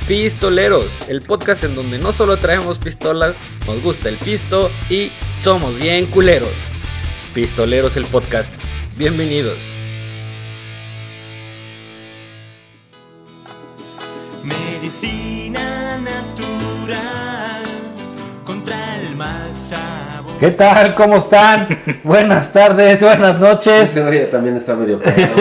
Pistoleros, el podcast en donde no solo traemos pistolas, nos gusta el pisto y somos bien culeros. Pistoleros el podcast, bienvenidos. Medicina natural contra el mal sabor. ¿Qué tal? ¿Cómo están? Buenas tardes, buenas noches. Ese güey también está medio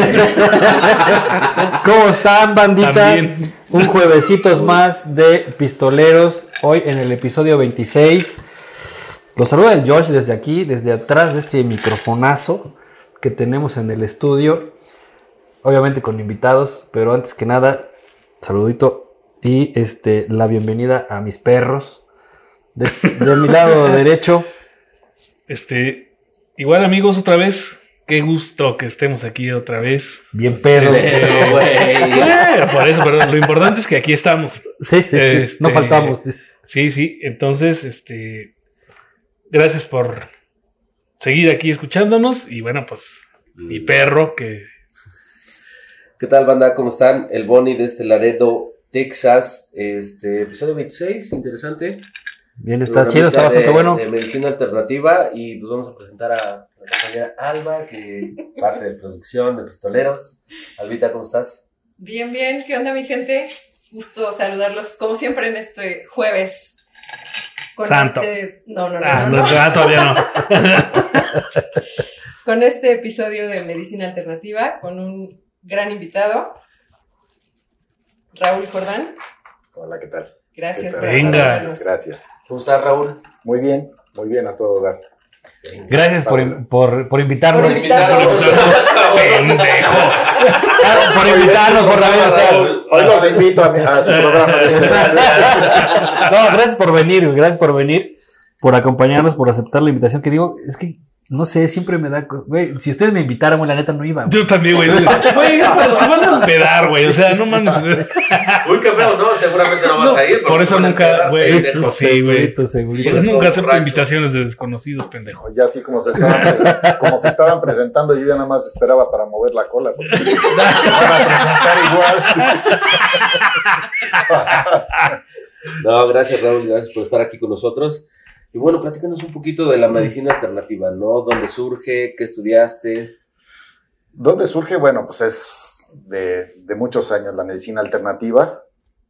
¿Cómo están, bandita? También. Un juevesitos más de Pistoleros. Hoy en el episodio 26. Los saluda el Josh desde aquí, desde atrás de este microfonazo que tenemos en el estudio. Obviamente con invitados, pero antes que nada, saludito y la bienvenida a mis perros. De mi lado derecho. Igual amigos, otra vez, qué gusto que estemos aquí otra vez. Bien pedo. Por eso, pero lo importante es que aquí estamos. Sí, no faltamos. Sí, entonces, gracias por seguir aquí escuchándonos y bueno, pues, mi perro que... ¿Qué tal, banda? ¿Cómo están? El Bonnie desde Laredo, Texas, episodio 26, interesante. Bien, está chido, está bastante bueno. De medicina alternativa y pues vamos a presentar a la compañera Alba, que parte de producción de Pistoleros. Albita, ¿cómo estás? Bien, ¿qué onda mi gente? Gusto saludarlos como siempre en este jueves. Con Santo. No. Todavía no. Con este episodio de Medicina Alternativa, con un gran invitado, Raúl Jordán. Hola, ¿qué tal? Gracias ¿Qué por tal? Venga. acompañarnos. Gracias. ¿Cómo estás, Raúl? Muy bien a todo dar. Gracias por invitarnos. Por invitarnos. Pendejo. Por invitarnos, por Hoy los invito a su programa de ustedes. No, gracias por venir, por acompañarnos, por aceptar la invitación. Que digo, es que, no sé, siempre me da... Güey, si ustedes me invitaran, güey, la neta no iba. Yo también, güey. Güey, pero se van a empedar, güey. O sea, no mames. Uy, qué feo, ¿no? Seguramente no vas a ir. Por eso nunca, güey. Sí, güey. Segurito. Pues nunca acepto invitaciones de desconocidos, pendejo. Ya así como se estaban presentando, yo ya nada más esperaba para mover la cola. Porque me van a presentar igual. No, gracias, Raúl, gracias por estar aquí con nosotros. Y bueno, platícanos un poquito de la medicina alternativa, ¿no? ¿Dónde surge? ¿Qué estudiaste? ¿Dónde surge? Bueno, pues es de muchos años la medicina alternativa.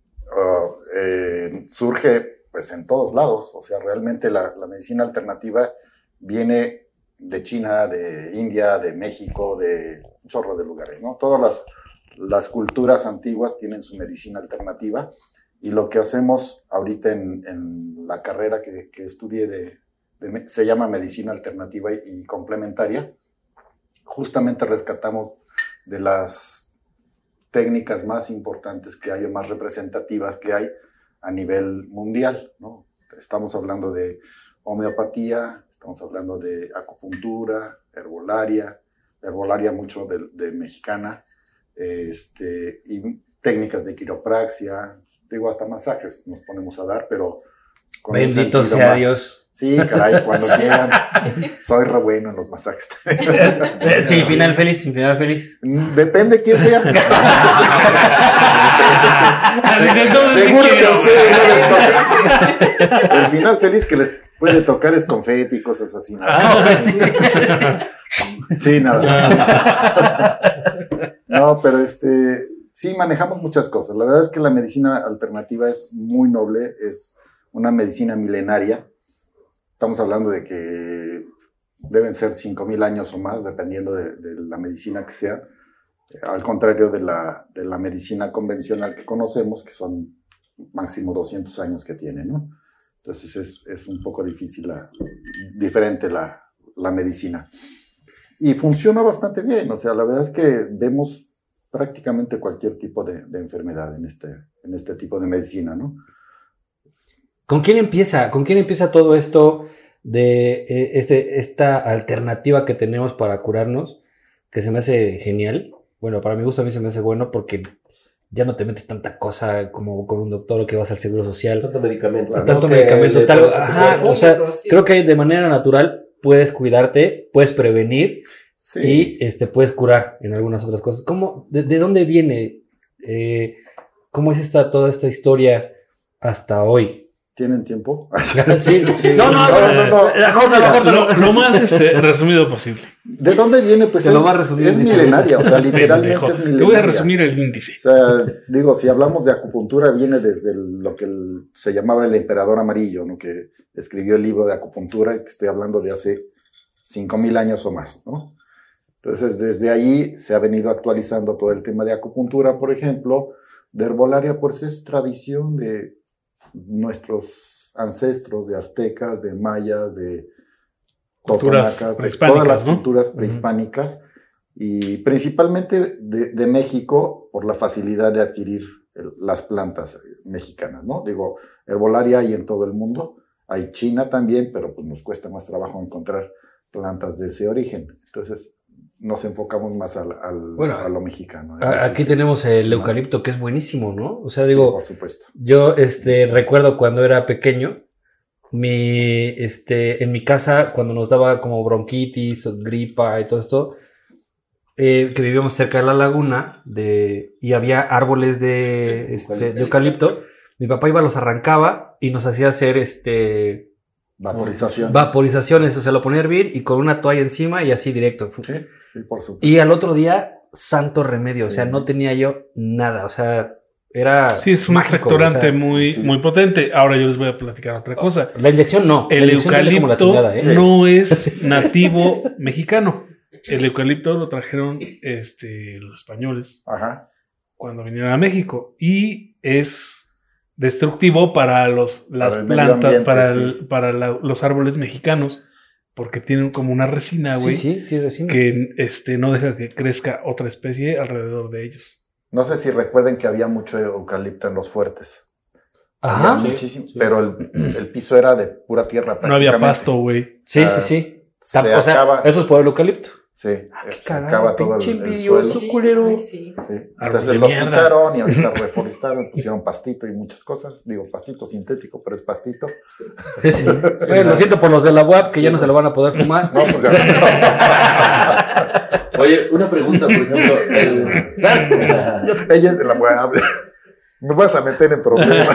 Surge pues en todos lados. O sea, realmente la medicina alternativa viene de China, de India, de México, de un chorro de lugares, ¿no? Todas las culturas antiguas tienen su medicina alternativa. Y lo que hacemos ahorita en la carrera que estudié se llama Medicina Alternativa y Complementaria. Justamente rescatamos de las técnicas más importantes que hay o más representativas que hay a nivel mundial, ¿no? Estamos hablando de homeopatía, estamos hablando de acupuntura, herbolaria mucho de mexicana, y técnicas de quiropraxia. Digo, hasta masajes nos ponemos a dar, pero con Bendito sea más. Dios. Sí, caray, cuando quieran. Soy re bueno en los masajes. Sin final feliz. Depende quién sea. Seguro que que a ustedes no les toca. El final feliz que les puede tocar es confeti y cosas así, ¿no? Sí, nada. No, pero sí, manejamos muchas cosas. La verdad es que la medicina alternativa es muy noble, es una medicina milenaria. Estamos hablando de que deben ser 5,000 años o más, dependiendo de la medicina que sea. Al contrario de la medicina convencional que conocemos, que son máximo 200 años que tiene, ¿no? Entonces es un poco diferente la medicina. Y funciona bastante bien, o sea, la verdad es que vemos prácticamente cualquier tipo de enfermedad en este tipo de medicina, ¿no? ¿Con quién empieza todo esto de esta alternativa que tenemos para curarnos? Que se me hace genial. Bueno, para mi gusto a mí se me hace bueno porque ya no te metes tanta cosa como con un doctor o que vas al Seguro Social. Tanto medicamento. Tanto ¿no? medicamento, tal. Ajá, O sea, Sí. creo que de manera natural puedes cuidarte, puedes prevenir. Sí. Y puedes curar en algunas otras cosas. ¿Cómo, de dónde viene ¿Cómo es toda esta historia hasta hoy? ¿Tienen tiempo? Sí. No. Lo más resumido posible. ¿De dónde viene? Pues Te lo va a resumir es en milenaria, o sea, literalmente Pendejo. es milenaria. Te voy a resumir el índice. O sea, digo, si hablamos de acupuntura, viene desde lo que se llamaba el emperador amarillo, ¿no? Que escribió el libro de acupuntura, y que estoy hablando de hace 5,000 años o más, ¿no? Entonces, desde ahí se ha venido actualizando todo el tema de acupuntura, por ejemplo. De herbolaria, pues es tradición de nuestros ancestros, de aztecas, de mayas, de Culturas totonacas, de prehispánicas, todas las ¿no? culturas prehispánicas, y principalmente de México por la facilidad de adquirir las plantas mexicanas, ¿no? Digo, herbolaria hay en todo el mundo, hay China también, pero pues nos cuesta más trabajo encontrar plantas de ese origen. Entonces nos enfocamos más a lo mexicano. Aquí tenemos el eucalipto, que es buenísimo, ¿no? O sea, Sí, digo, por supuesto. yo recuerdo cuando era pequeño, en mi casa, cuando nos daba como bronquitis, o gripa y todo esto, que vivíamos cerca de la laguna, y había árboles de eucalipto, mi papá iba, los arrancaba y nos hacía hacer vaporizaciones, o sea, lo ponía a hervir y con una toalla encima y así directo. Sí, por supuesto. Y al otro día, santo remedio, Sí. o sea, no tenía yo nada, o sea, era Sí, es un mágico, extractorante o sea, muy, sí. muy potente. Ahora yo les voy a platicar otra cosa. La inyección no, la El inyección tiene como la eucalipto chingada, ¿eh? Sí. no es Sí. nativo mexicano. El eucalipto lo trajeron los españoles Ajá. cuando vinieron a México y es destructivo para las Para el medio plantas, ambiente, para los árboles mexicanos, porque tienen como una resina, güey, Sí, tiene resina. que no deja que crezca otra especie alrededor de ellos. No sé si recuerden que había mucho eucalipto en los fuertes. Ajá. Había muchísimo, pero el piso era de pura tierra No había prácticamente. pasto, güey. Sí, Ah, sí, sí. Se O sea, acaba, eso es por el eucalipto. sí, qué se cagado, acaba todo pinche el envidioso. suelo. Sí, culero. ay, sí. Sí. Árbol Entonces de los mierda. quitaron y ahorita reforestaron, pusieron pastito y muchas cosas. Digo, pastito sintético, pero es pastito. Sí, sí. Bueno, lo siento por los de la UAP que ya no se lo van a poder fumar. No, pues ya. Oye, una pregunta, por ejemplo. Ella es de la buena. Me vas a meter en problemas.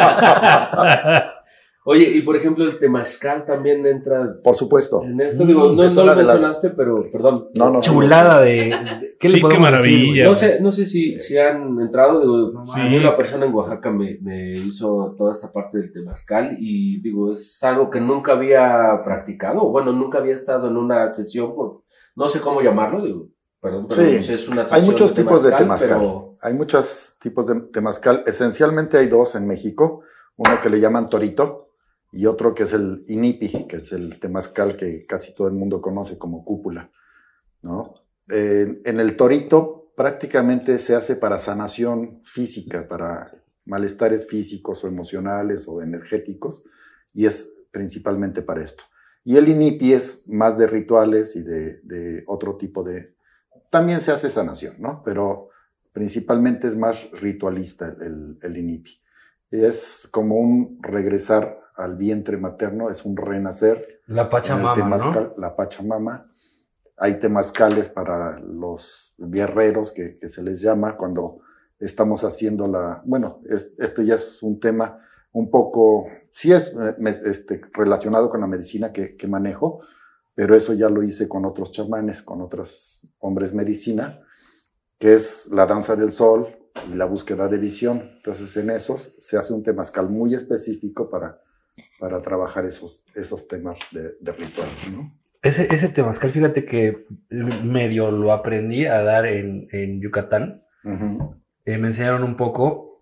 Oye, y por ejemplo, el temazcal también entra Por supuesto. en esto. Digo, no Es lo una de las- mencionaste, pero perdón. No. Chulada de ¿qué Sí, le podemos qué maravilla. decir? No sé si han entrado, digo, No, a mí una persona en Oaxaca me hizo toda esta parte del temazcal y digo, es algo que nunca había practicado, bueno, nunca había estado en una sesión, no sé cómo llamarlo, digo, perdón, pero Sí, no sé, es una sesión hay muchos tipos de temazcal. pero Hay muchos tipos de temazcal. Esencialmente hay dos en México. Uno que le llaman torito y otro que es el inipi, que es el temazcal que casi todo el mundo conoce como cúpula, ¿no? En el torito prácticamente se hace para sanación física, para malestares físicos o emocionales o energéticos, y es principalmente para esto. Y el inipi es más de rituales y de otro tipo de... También se hace sanación, ¿no? Pero principalmente es más ritualista el inipi. Es como un regresar al vientre materno, es un renacer. La En el Pachamama, temazcal, ¿no? la Pachamama. Hay temazcales para los guerreros que se les llama cuando estamos haciendo bueno, este ya es un tema un poco, sí es relacionado con la medicina que manejo, pero eso ya lo hice con otros chamanes, con otros hombres medicina, que es la danza del sol y la búsqueda de visión. Entonces en esos se hace un temazcal muy específico para trabajar esos temas de rituales, ¿no? Ese temazcal, fíjate que medio lo aprendí a dar en Yucatán. Uh-huh. Me enseñaron un poco.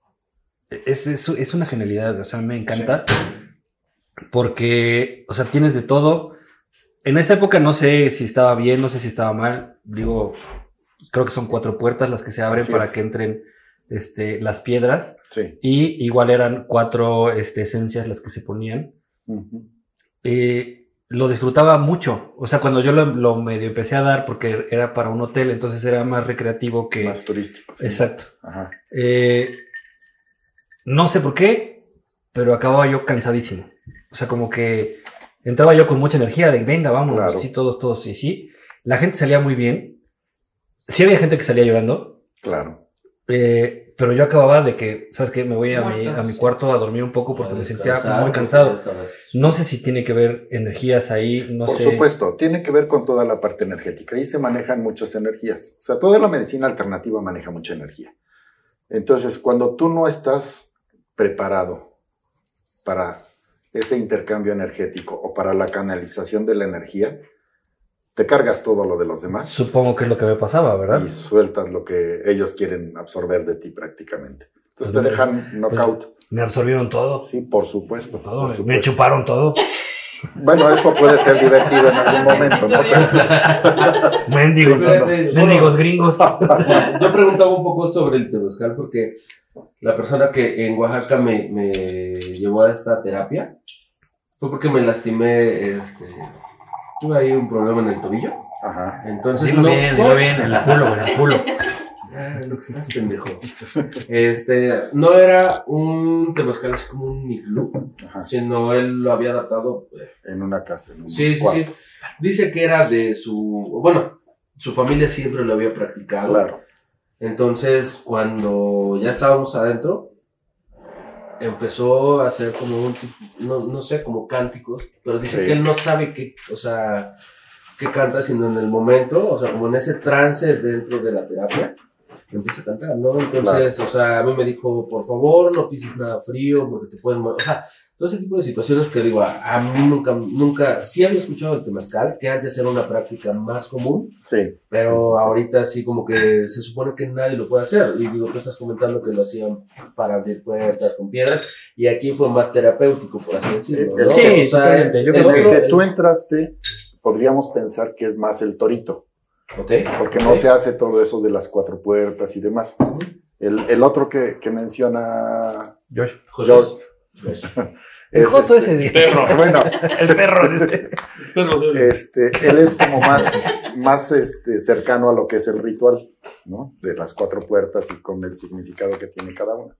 Es una genialidad, o sea, me encanta. Porque, o sea, tienes de todo. En esa época no sé si estaba bien, no sé si estaba mal. Digo, creo que son 4 puertas las que se abren Así para es. que entren las piedras. Sí. Y igual eran 4 esencias las que se ponían. Uh-huh. Lo disfrutaba mucho. O sea, cuando yo lo medio empecé a dar, porque era para un hotel, entonces era más recreativo que... Más turístico. Sí. Exacto. Ajá. No sé por qué, pero acababa yo cansadísimo. O sea, como que entraba yo con mucha energía de venga, vamos, Claro. sí, todos, sí. La gente salía muy bien. Sí había gente que salía llorando. Claro. Pero yo acababa de que, ¿sabes qué? Me voy a Muertos. mi cuarto a dormir un poco porque me sentía Descansar, muy cansado. porque ya estabas- No sé si tiene que ver energías ahí, no Por sé. supuesto, tiene que ver con toda la parte energética. Ahí se manejan muchas energías. O sea, toda la medicina alternativa maneja mucha energía. Entonces, cuando tú no estás preparado para ese intercambio energético o para la canalización de la energía, te cargas todo lo de los demás Supongo que es lo que me pasaba, ¿verdad? y sueltas lo que ellos quieren absorber de ti prácticamente. Entonces Pues te dejan knockout. Me absorbieron todo. Sí, por supuesto. Todo, por me supuesto. chuparon todo. Bueno, eso puede ser divertido en algún momento, ¿no? Mendigos, Sí, todo. sí. Mendigos gringos. Yo preguntaba un poco sobre el temazcal porque la persona que en Oaxaca me llevó a esta terapia fue porque me lastimé, tuve ahí un problema en el tobillo. Ajá. Entonces Dilo no bien, en el culo, güey, en el culo. Ah, lo que estás pendejo. No era un temazcal así como un iglú, Ajá. sino él lo había adaptado. En una casa. En un Sí. cuarto. Dice que era de su familia siempre lo había practicado. Claro. Entonces, cuando ya estábamos adentro, empezó a hacer como un tipo, no sé, como cánticos, pero dice Sí. que él no sabe qué canta, sino en el momento, o sea, como en ese trance dentro de la terapia, empieza a cantar, ¿no? Entonces, o sea, a mí me dijo, por favor, no pises nada frío, porque te pueden morir, o sea, todo ese tipo de situaciones que digo, a mí nunca, sí había escuchado el temazcal, que antes era una práctica más común, Sí. pero Sí, sí, sí. ahorita sí como que se supone que nadie lo puede hacer. Y digo, tú estás comentando que lo hacían para abrir puertas con piedras, y aquí fue más terapéutico, por así decirlo, ¿no? Sí, O sea, totalmente. Yo el creo En el otro- que tú entraste, podríamos pensar que es más el torito, Ok. porque no se hace todo eso de las 4 puertas y demás. El otro que menciona Josh. George El es joto ese día. Perro. Bueno, El perro ese. Pero, él es como más cercano a lo que es el ritual, ¿no? De las 4 puertas y con el significado que tiene cada una.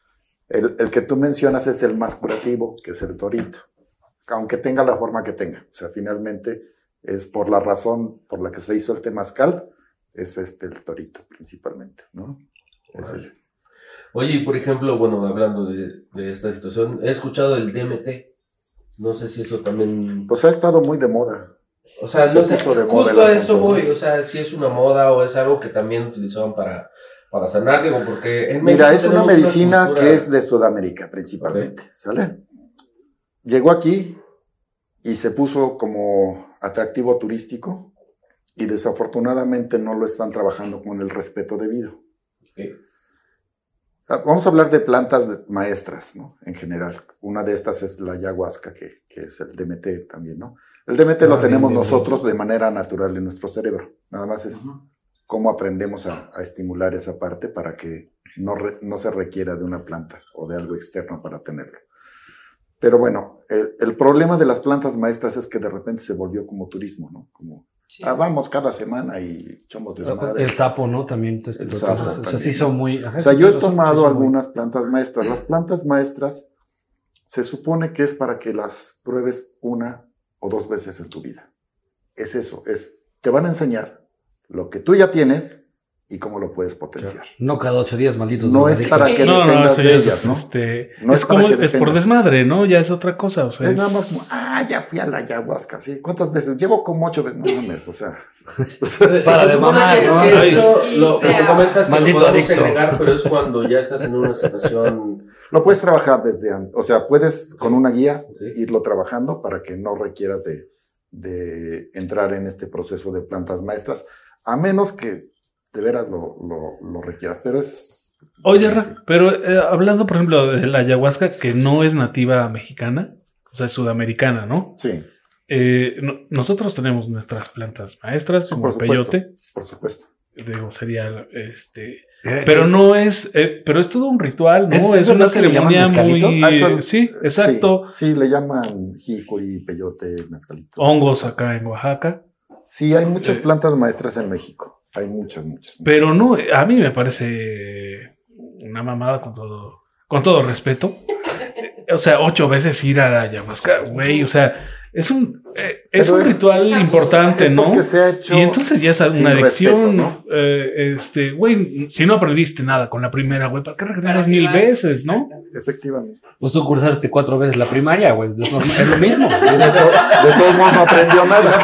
El que tú mencionas es el más curativo, que es el torito, aunque tenga la forma que tenga. O sea, finalmente es por la razón por la que se hizo el temazcal, es el torito principalmente, ¿no? Es ese. Oye, y por ejemplo, bueno, hablando de esta situación, he escuchado el DMT. No sé si eso también... Pues ha estado muy de moda. O sea, se no sé, puso de moda justo el a eso asunto, voy. ¿no? O sea, si es una moda o es algo que también utilizaban para sanar, digo, porque en Mira, México es una tenemos medicina cultura- que es de Sudamérica principalmente, ¿sale? Llegó aquí y se puso como atractivo turístico y desafortunadamente no lo están trabajando con el respeto debido. Ok. Vamos a hablar de plantas maestras, ¿no? En general. Una de estas es la ayahuasca, que es el DMT también, ¿no? El DMT lo tenemos bien, nosotros de manera natural en nuestro cerebro. Nada más es cómo aprendemos a estimular esa parte para que no se requiera de una planta o de algo externo para tenerlo. Pero bueno, el problema de las plantas maestras es que de repente se volvió como turismo, ¿no? Como, Sí. vamos cada semana y echamos desmadre. El sapo, ¿no? También. Entonces, El sapo o sea, también. sí son muy... ajá, O sea, sí, yo he sí son tomado muy- algunas plantas maestras. Las plantas maestras se supone que es para que las pruebes 1 o 2 veces en tu vida. Es eso, te van a enseñar lo que tú ya tienes y cómo lo puedes potenciar. No cada 8 días, malditos. No es drogadictos. para que dependas eso de ya ellas, ¿no? No es es para como que es por dependas. desmadre, ¿no? Ya es otra cosa, o sea. Es nada más como, ya fui a la ayahuasca, ¿sí? ¿Cuántas veces? Llevo como 8 veces, no mames, o sea. Para Se de supone mamar, que- ¿no? que Ay, eso, lo que 15 tú comentas que lo Maldito podemos adicto. segregar, pero es cuando ya estás en una situación... Lo puedes trabajar desde antes, o sea, puedes con una guía Ok. irlo trabajando para que no requieras de entrar en este proceso de plantas maestras, a menos que de veras lo requieras, pero es... Oye, Rafa, pero hablando, por ejemplo, de la ayahuasca, que no es nativa mexicana, o sea, es sudamericana, ¿no? Sí, Nosotros tenemos nuestras plantas maestras, Sí, como por el supuesto. peyote, por supuesto. digo, sería pero no es, pero es todo un ritual, ¿no? ¿Es Es una verdad que le llaman ceremonia mezcalito? muy... Sí, exacto. Sí, le llaman jicuri, peyote, mezcalito. Hongos acá en Oaxaca. Sí, hay muchas plantas maestras en México. Hay muchas. Pero no, a mí me parece una mamada con todo respeto. O sea, 8 veces ir a la ayahuasca, güey. O sea, es un Pero es ritual importante, es ¿no? porque se ha hecho Y entonces ya es sin una adicción. respeto, ¿no? Güey, si no aprendiste nada con la primera, güey, ¿para qué Para regresas que 1000 vas- veces, no? Exactamente. Efectivamente. Pues tú cursaste 4 veces la primaria, güey. Es normal, es lo mismo. Y de todos modos no aprendió nada.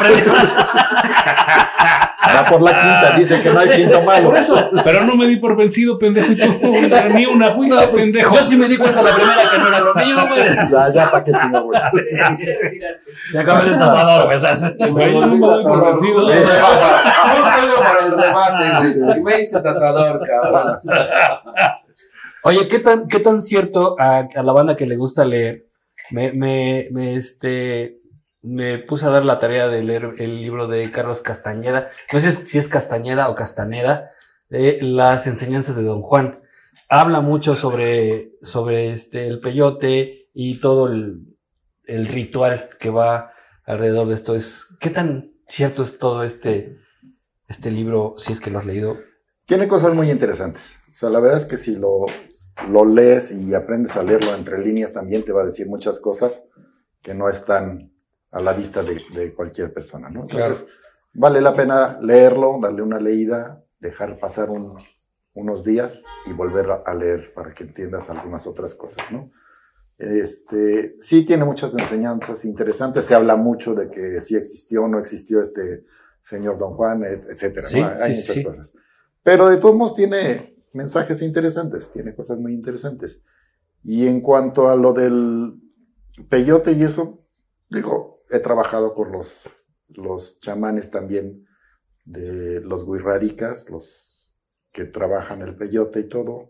Va por la quinta, dice que no hay quinto malo. Por eso, pero no me di por vencido, pendejo, y tú ni una fuiste, No, pues, pendejo. yo sí me di cuenta la primera que no era lo mío, güey. Ya para qué chingo, güey. Decidiste retirarte. Me acabé de tapador, güey. O sea, Güey, no me doy por vencido. Sí, justo por el remate, güey. Y me hice tratador, cabrón. Oye, ¿qué tan cierto a la banda que le gusta leer? Me puse a dar la tarea de leer el libro de Carlos Castañeda. No sé si es Castañeda o Castaneda, Las enseñanzas de Don Juan. Habla mucho sobre el peyote y todo el ritual que va alrededor de esto. ¿Qué tan cierto es todo este libro, si es que lo has leído? Tiene cosas muy interesantes. O sea, la verdad es que si lo lees y aprendes a leerlo entre líneas, también te va a decir muchas cosas que no están a la vista de cualquier persona, ¿no? Entonces, vale la pena leerlo, darle una leída, dejar pasar unos días y volver a leer para que entiendas algunas otras cosas, ¿no? Sí tiene muchas enseñanzas interesantes. Se habla mucho de que sí existió o no existió este señor Don Juan, etcétera, Sí, ¿no? Hay sí, muchas sí. cosas. Pero de todos modos tiene mensajes interesantes, tiene cosas muy interesantes. Y en cuanto a lo del peyote y eso, digo, he trabajado con los chamanes también de los huirraricas, los que trabajan el peyote y todo,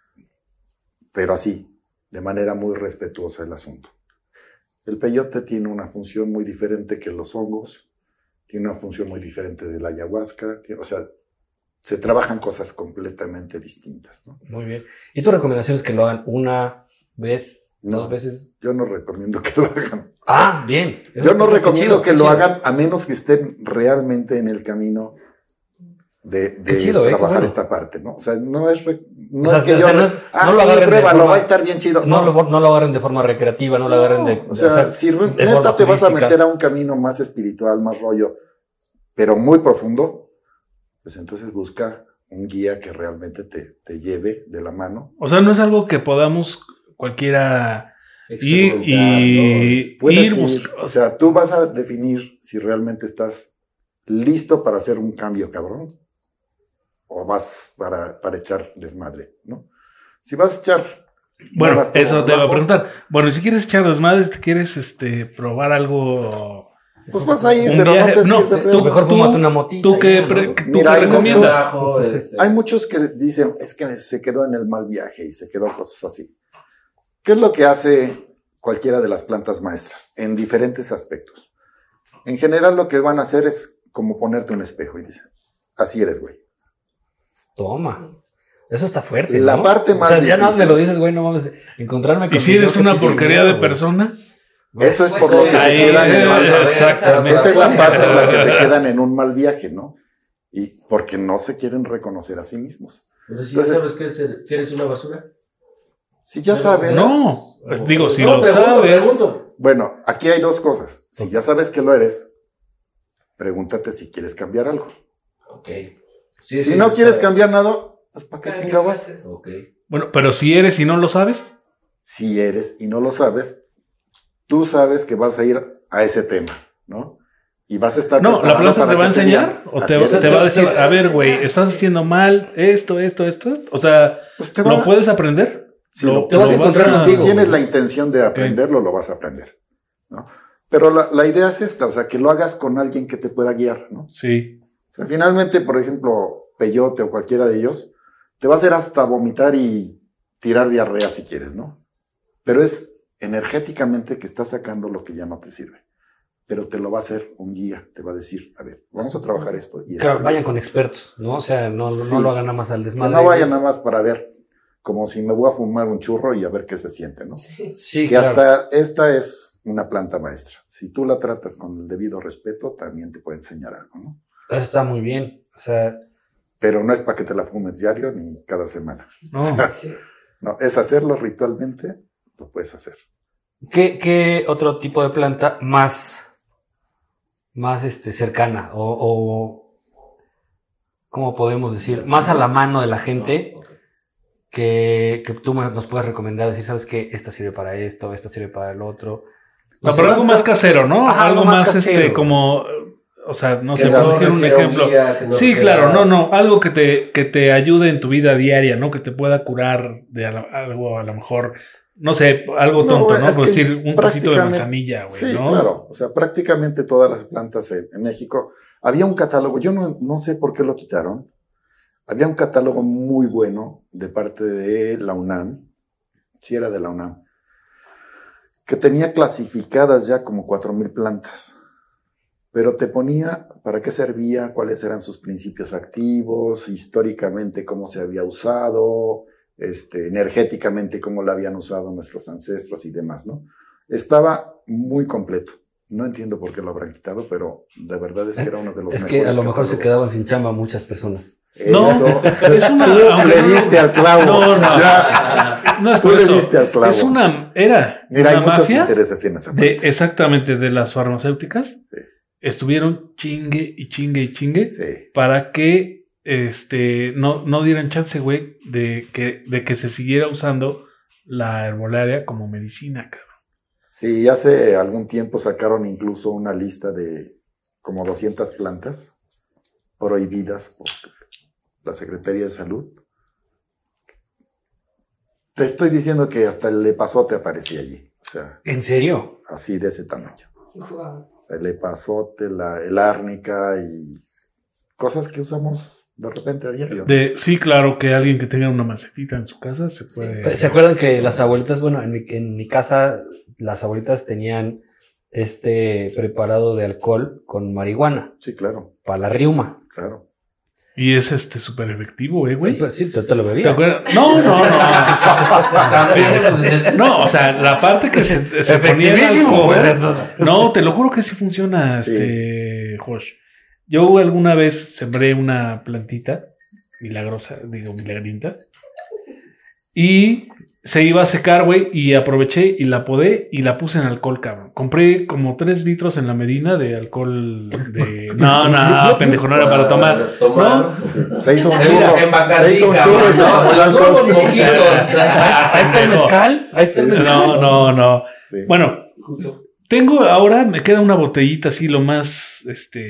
pero así, de manera muy respetuosa el asunto. El peyote tiene una función muy diferente que los hongos, tiene una función muy diferente de la ayahuasca, o sea, se trabajan cosas completamente distintas, ¿no? Muy bien. ¿Y tu recomendación es que lo hagan una vez, No. 2 veces? Yo no recomiendo que lo hagan. Ah, bien. Yo no Qué recomiendo chido, que qué lo chido. hagan a menos que estén realmente en el camino de Qué chido, qué trabajar bueno. esta parte, ¿no? O sea, no es que O sea, yo... no es- no lo sí, agarren de pruébalo, forma- va a estar bien chido. No lo agarren de forma recreativa, no lo agarren de... O sea, si de neta forma te vas a turística. meter a un camino más espiritual, más rollo, pero muy profundo, pues entonces busca un guía que realmente te lleve de la mano. O sea, no es algo que podamos cualquiera ir y Puedes ir ir, o sea, tú vas a definir si realmente estás listo para hacer un cambio, cabrón, o vas para echar desmadre, ¿no? Si vas a echar... Bueno, vas por eso te iba a abajo, preguntar. Bueno, y si quieres echar desmadre, si quieres probar algo. Pues vas a ir, Un pero viaje- no te no, sirve tú- realmente. Mejor fúmate una motita. ¿Tú qué, ya, pre- ¿no? tú Mira, qué hay recomiendas? Hay muchos que dicen, es que se quedó en el mal viaje y se quedó cosas así. ¿Qué es lo que hace cualquiera de las plantas maestras? En diferentes aspectos. En general lo que van a hacer es como ponerte un espejo y dicen, así eres, güey. Toma. Eso está fuerte, La ¿no? parte más O sea, ya nada más me difícil. lo dices, güey, no mames. Encontrarme con... ¿Y si eres mis una ojos porquería sin de miedo, güey. persona? Eso es Pues por lo que se ahí, quedan en el mal viaje. exactamente. Esa es la parte en la que se quedan en un mal viaje, ¿no? Y porque no se quieren reconocer a sí mismos. Pero si Entonces- sabes que eres una basura. Si ya sabes... No, digo, si No, lo pregunto, sabes. pregunto. Bueno, aquí hay dos cosas. Si ya sabes que lo eres, pregúntate si quieres cambiar algo. Ok. Si no quieres cambiar nada, pues ¿para qué ¿Para qué chingado lo vas? haces? Ok. Bueno, pero si eres y no lo sabes. Si eres y no lo sabes, tú sabes que vas a ir a ese tema, ¿no? Y vas a estar No, la preparado planta para te va a que enseñar digan, o así te es. va a decir, te va a a ver, enseñar, güey, estás sí. haciendo mal esto. O sea, Pues te va- ¿lo puedes aprender? si Lo- te vas a lo encontrar a- contigo. Si tienes la intención de aprenderlo, lo vas a aprender, ¿no? Pero la idea es esta, o sea, que lo hagas con alguien que te pueda guiar, ¿no? Sí. O sea, finalmente, por ejemplo, peyote o cualquiera de ellos, te va a hacer hasta vomitar y tirar diarrea si quieres, ¿no? Pero es energéticamente que estás sacando lo que ya no te sirve. Pero te lo va a hacer un guía, te va a decir, a ver, vamos a trabajar esto. Y Claro, esto. vayan con expertos, ¿no? O sea, no Sí. lo hagan nada más al Que desmadre. no vayan nada más para ver, como si me voy a fumar un churro y a ver qué se siente, ¿no? Sí, Que claro. hasta esta es una planta maestra. Si tú la tratas con el debido respeto, también te puede enseñar algo, ¿no? Eso está muy bien. O sea, Pero no es para que te la fumes diario ni cada semana. No. No, es hacerlo ritualmente, lo puedes hacer. ¿qué otro tipo de planta más cercana o ¿cómo podemos decir? Más a la mano de la gente que tú nos puedes recomendar, decir, sabes que esta sirve para esto, esta sirve para el otro. No, pero algo más casero, ¿no? Ajá, algo más casero. como, o sea, no sé, Que por no ejemplo, un requiera un ejemplo. guía, que no Sí, requiera- claro, no, algo que te ayude en tu vida diaria, ¿no? Que te pueda curar de algo, a lo mejor, no sé, algo No, tonto, ¿no? es Por que decir, un trocito de prácticamente- manzanilla, güey, Sí, ¿no? claro. O sea, prácticamente todas las plantas en México. Había un catálogo, yo no sé por qué lo quitaron. Había un catálogo muy bueno de parte de la UNAM, sí era de la UNAM, que tenía clasificadas ya como 4,000 plantas. Pero te ponía para qué servía, cuáles eran sus principios activos, históricamente cómo se había usado, energéticamente cómo la habían usado nuestros ancestros y demás, ¿no? Estaba muy completo. No entiendo por qué lo habrán quitado, pero de verdad es que era uno de los Es mejores que a lo mejor se catálogos. quedaban sin chamba muchas personas. No, Eso, es una- tú le diste al clavo. No, Ya, No es tú por le eso. diste al clavo. Era Mira, hay una muchos mafia intereses en esa parte. exactamente de las farmacéuticas. Sí. Estuvieron chingue y chingue Sí. para que no dieran chance, güey, de que se siguiera usando la herbolaria como medicina, cabrón. Sí, hace algún tiempo sacaron incluso una lista de como 200 plantas prohibidas por la Secretaría de Salud. Te estoy diciendo que hasta el lepazote aparecía allí. O sea, ¿En serio? así de ese tamaño. O sea, el epazote, el árnica y cosas que usamos de repente a diario. Sí, claro, que alguien que tenga una macetita en su casa se puede... ¿Se acuerdan que las abuelitas, bueno, en mi casa, las abuelitas tenían preparado de alcohol con marihuana Sí, claro, para la riuma? claro. Y es súper efectivo, güey. Pues sí, tú te lo ¿Te bebías. acuerdas? No. No, o sea, la parte que se ponía el Efectivísimo, alcohol. güey. No, te lo juro que sí funciona, Sí. Josh. Yo alguna vez sembré una plantita milagrinta, y se iba a secar, güey, y aproveché y la podé y la puse en alcohol, cabrón. Compré como 3 litros en la Medina de alcohol de... No, pendejo, no era para tomar. Tomar. Se hizo un En churro. Se hizo un Bacardí, churro y se cabrón. tomó el Los alcohol. nuevos mojitos. Ahí está el mezcal. Ahí está el Sí, sí, mezcal. No. Sí. Bueno, me queda una botellita así, lo más,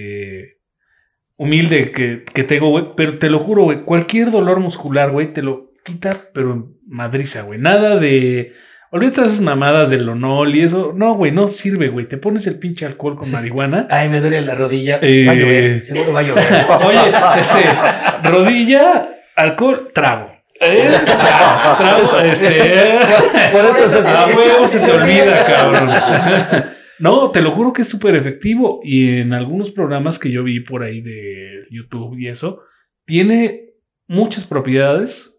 humilde que tengo, güey, pero te lo juro, güey, cualquier dolor muscular, güey, te lo quita, pero en madriza, güey, nada de, olvídate esas mamadas del Lonol y eso, no, güey, no sirve, güey, te pones el pinche alcohol con marihuana. Ay, me duele la rodilla. Eh, Va a llover. Seguro va a llover. Oye, rodilla, alcohol, trago. Trago, Por eso se a huevo se te olvida, cabrón. No, te lo juro que es súper efectivo. Y en algunos programas que yo vi por ahí de YouTube y eso, tiene muchas propiedades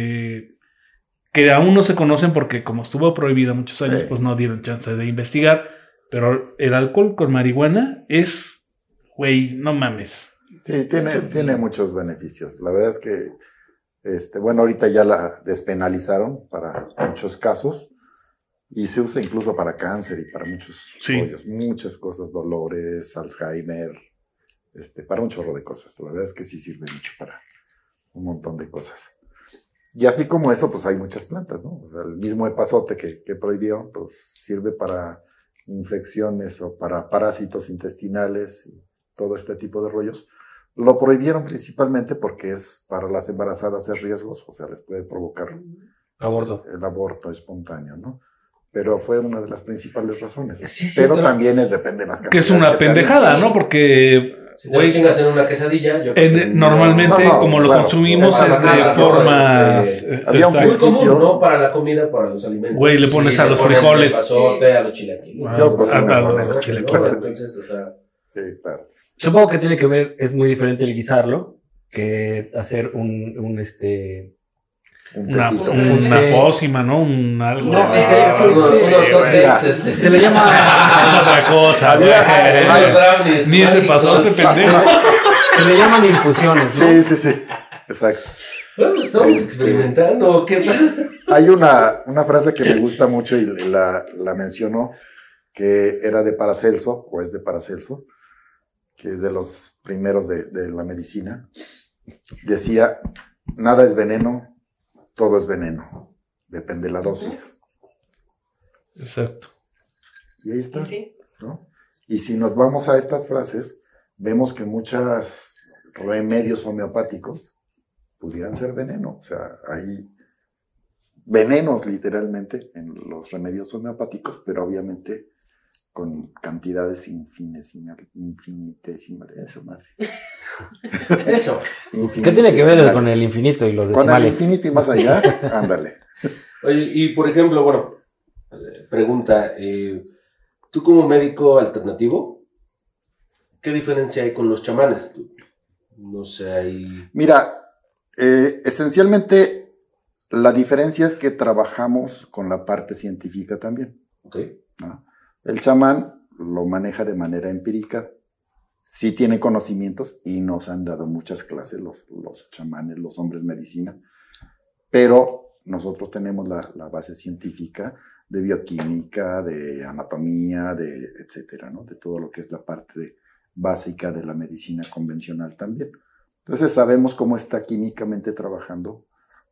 que aún no se conocen porque como estuvo prohibida muchos años, Sí. pues no dieron chance de investigar. Pero el alcohol con marihuana es, güey, no mames. Sí, tiene muchos beneficios. La verdad es que, bueno, ahorita ya la despenalizaron para muchos casos y se usa incluso para cáncer y para muchos rollos, muchas cosas, dolores, Alzheimer, para un chorro de cosas. La verdad es que sí sirve mucho para un montón de cosas. Y así como eso, pues hay muchas plantas, ¿no? O sea, el mismo epazote que prohibieron, pues sirve para infecciones o para parásitos intestinales y todo este tipo de rollos. Lo prohibieron principalmente porque para las embarazadas es riesgoso, o sea, les puede provocar Aborto. el aborto espontáneo, ¿no? Pero fue una de las principales razones. Sí, pero claro. también depende más Que es una pendejada, ¿no? Porque, Si te lo chingas en una quesadilla, yo creo que normalmente, No, como lo claro. consumimos No pasa es de nada, formas... había un muy exacto. común, principio- ¿no? Para la comida, para los alimentos. Güey, le pones a los ponen frijoles. El pasote, a los chilaquiles. Ah, Yo cocino a con los eso. chilaquiles. Entonces, o sea, Sí, claro. Supongo que tiene que ver, es muy diferente el guisarlo que hacer un Un Una tecito. pócima, ¿no? Un algo. No, Ah, unos hotcakes, se le llama Es otra cosa, güey. unos brownies Ni ese mágicos. pasote, pendejo. se le llaman infusiones, ¿no? Sí. Exacto. Bueno, estamos experimentando. ¿Qué tal? Hay una frase que me gusta mucho y la mencionó, que era de Paracelso, o es de Paracelso, que es de los primeros de la medicina, decía, nada es veneno, todo es veneno, depende de la dosis. Exacto. Y ahí está, Y sí. ¿no? Y si nos vamos a estas frases, vemos que muchos remedios homeopáticos pudieran ser veneno. O sea, hay venenos literalmente en los remedios homeopáticos, pero obviamente con cantidades infinitesimales. Eso, madre. Eso. ¿Qué tiene que ver con el infinito y los Con el decimales? infinito y más allá, ándale. Oye, y por ejemplo, bueno, pregunta, tú como médico alternativo, ¿qué diferencia hay con los chamanes? No sé, hay... Mira, esencialmente la diferencia es que trabajamos con la parte científica también, Ok. ¿no? El chamán lo maneja de manera empírica, sí tiene conocimientos y nos han dado muchas clases los chamanes, los hombres medicina, pero nosotros tenemos la base científica de bioquímica, de anatomía, de etcétera, ¿no? De todo lo que es la parte básica de la medicina convencional también. Entonces sabemos cómo está químicamente trabajando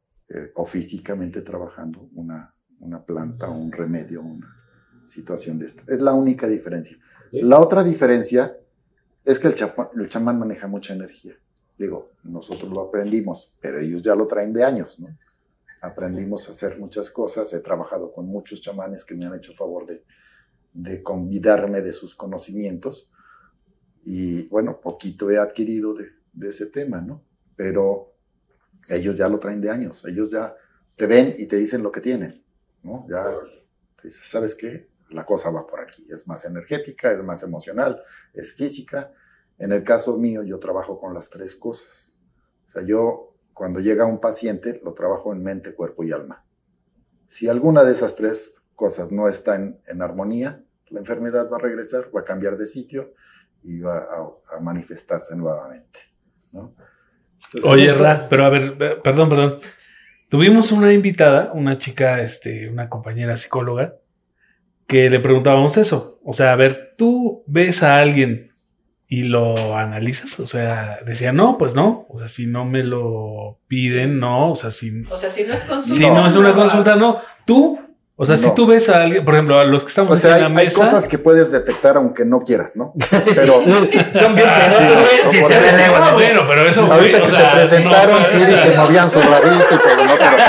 o físicamente trabajando una planta, un remedio, una situación de esta. Es la única diferencia. Sí. La otra diferencia es que el chamán maneja mucha energía. Digo, nosotros lo aprendimos, pero ellos ya lo traen de años, ¿no? Aprendimos a hacer muchas cosas. He trabajado con muchos chamanes que me han hecho favor de convidarme de sus conocimientos. Y bueno, poquito he adquirido de ese tema, ¿no? Pero ellos ya lo traen de años. Ellos ya te ven y te dicen lo que tienen, ¿no? Ya te dices, ¿sabes qué? La cosa va por aquí. Es más energética, es más emocional, es física. En el caso mío, yo trabajo con las tres cosas. O sea, yo cuando llega un paciente, lo trabajo en mente, cuerpo y alma. Si alguna de esas tres cosas no está en armonía, la enfermedad va a regresar, va a cambiar de sitio y va a manifestarse nuevamente, ¿no? Entonces, Oye, Ra, pero a ver, perdón. Tuvimos una invitada, una chica, una compañera psicóloga, que le preguntábamos eso. O sea, a ver, ¿tú ves a alguien y lo analizas? O sea, decía, no, pues no. O sea, si no me lo piden, no. O sea, si O sea, si no es si consulta. no es una consulta, no. Tú, o sea, No. si tú ves a alguien, por ejemplo, a los que estamos o sea, en la mesa. hay cosas que puedes detectar aunque no quieras, ¿no? Pero Son bien sí, pedotes, güey. Sí, por se eso. ven leguas, Ah, así. bueno, pero eso. ahorita güey, que o se sea, presentaron, no, sí, que movían su rabito y todo, ¿no? Pero,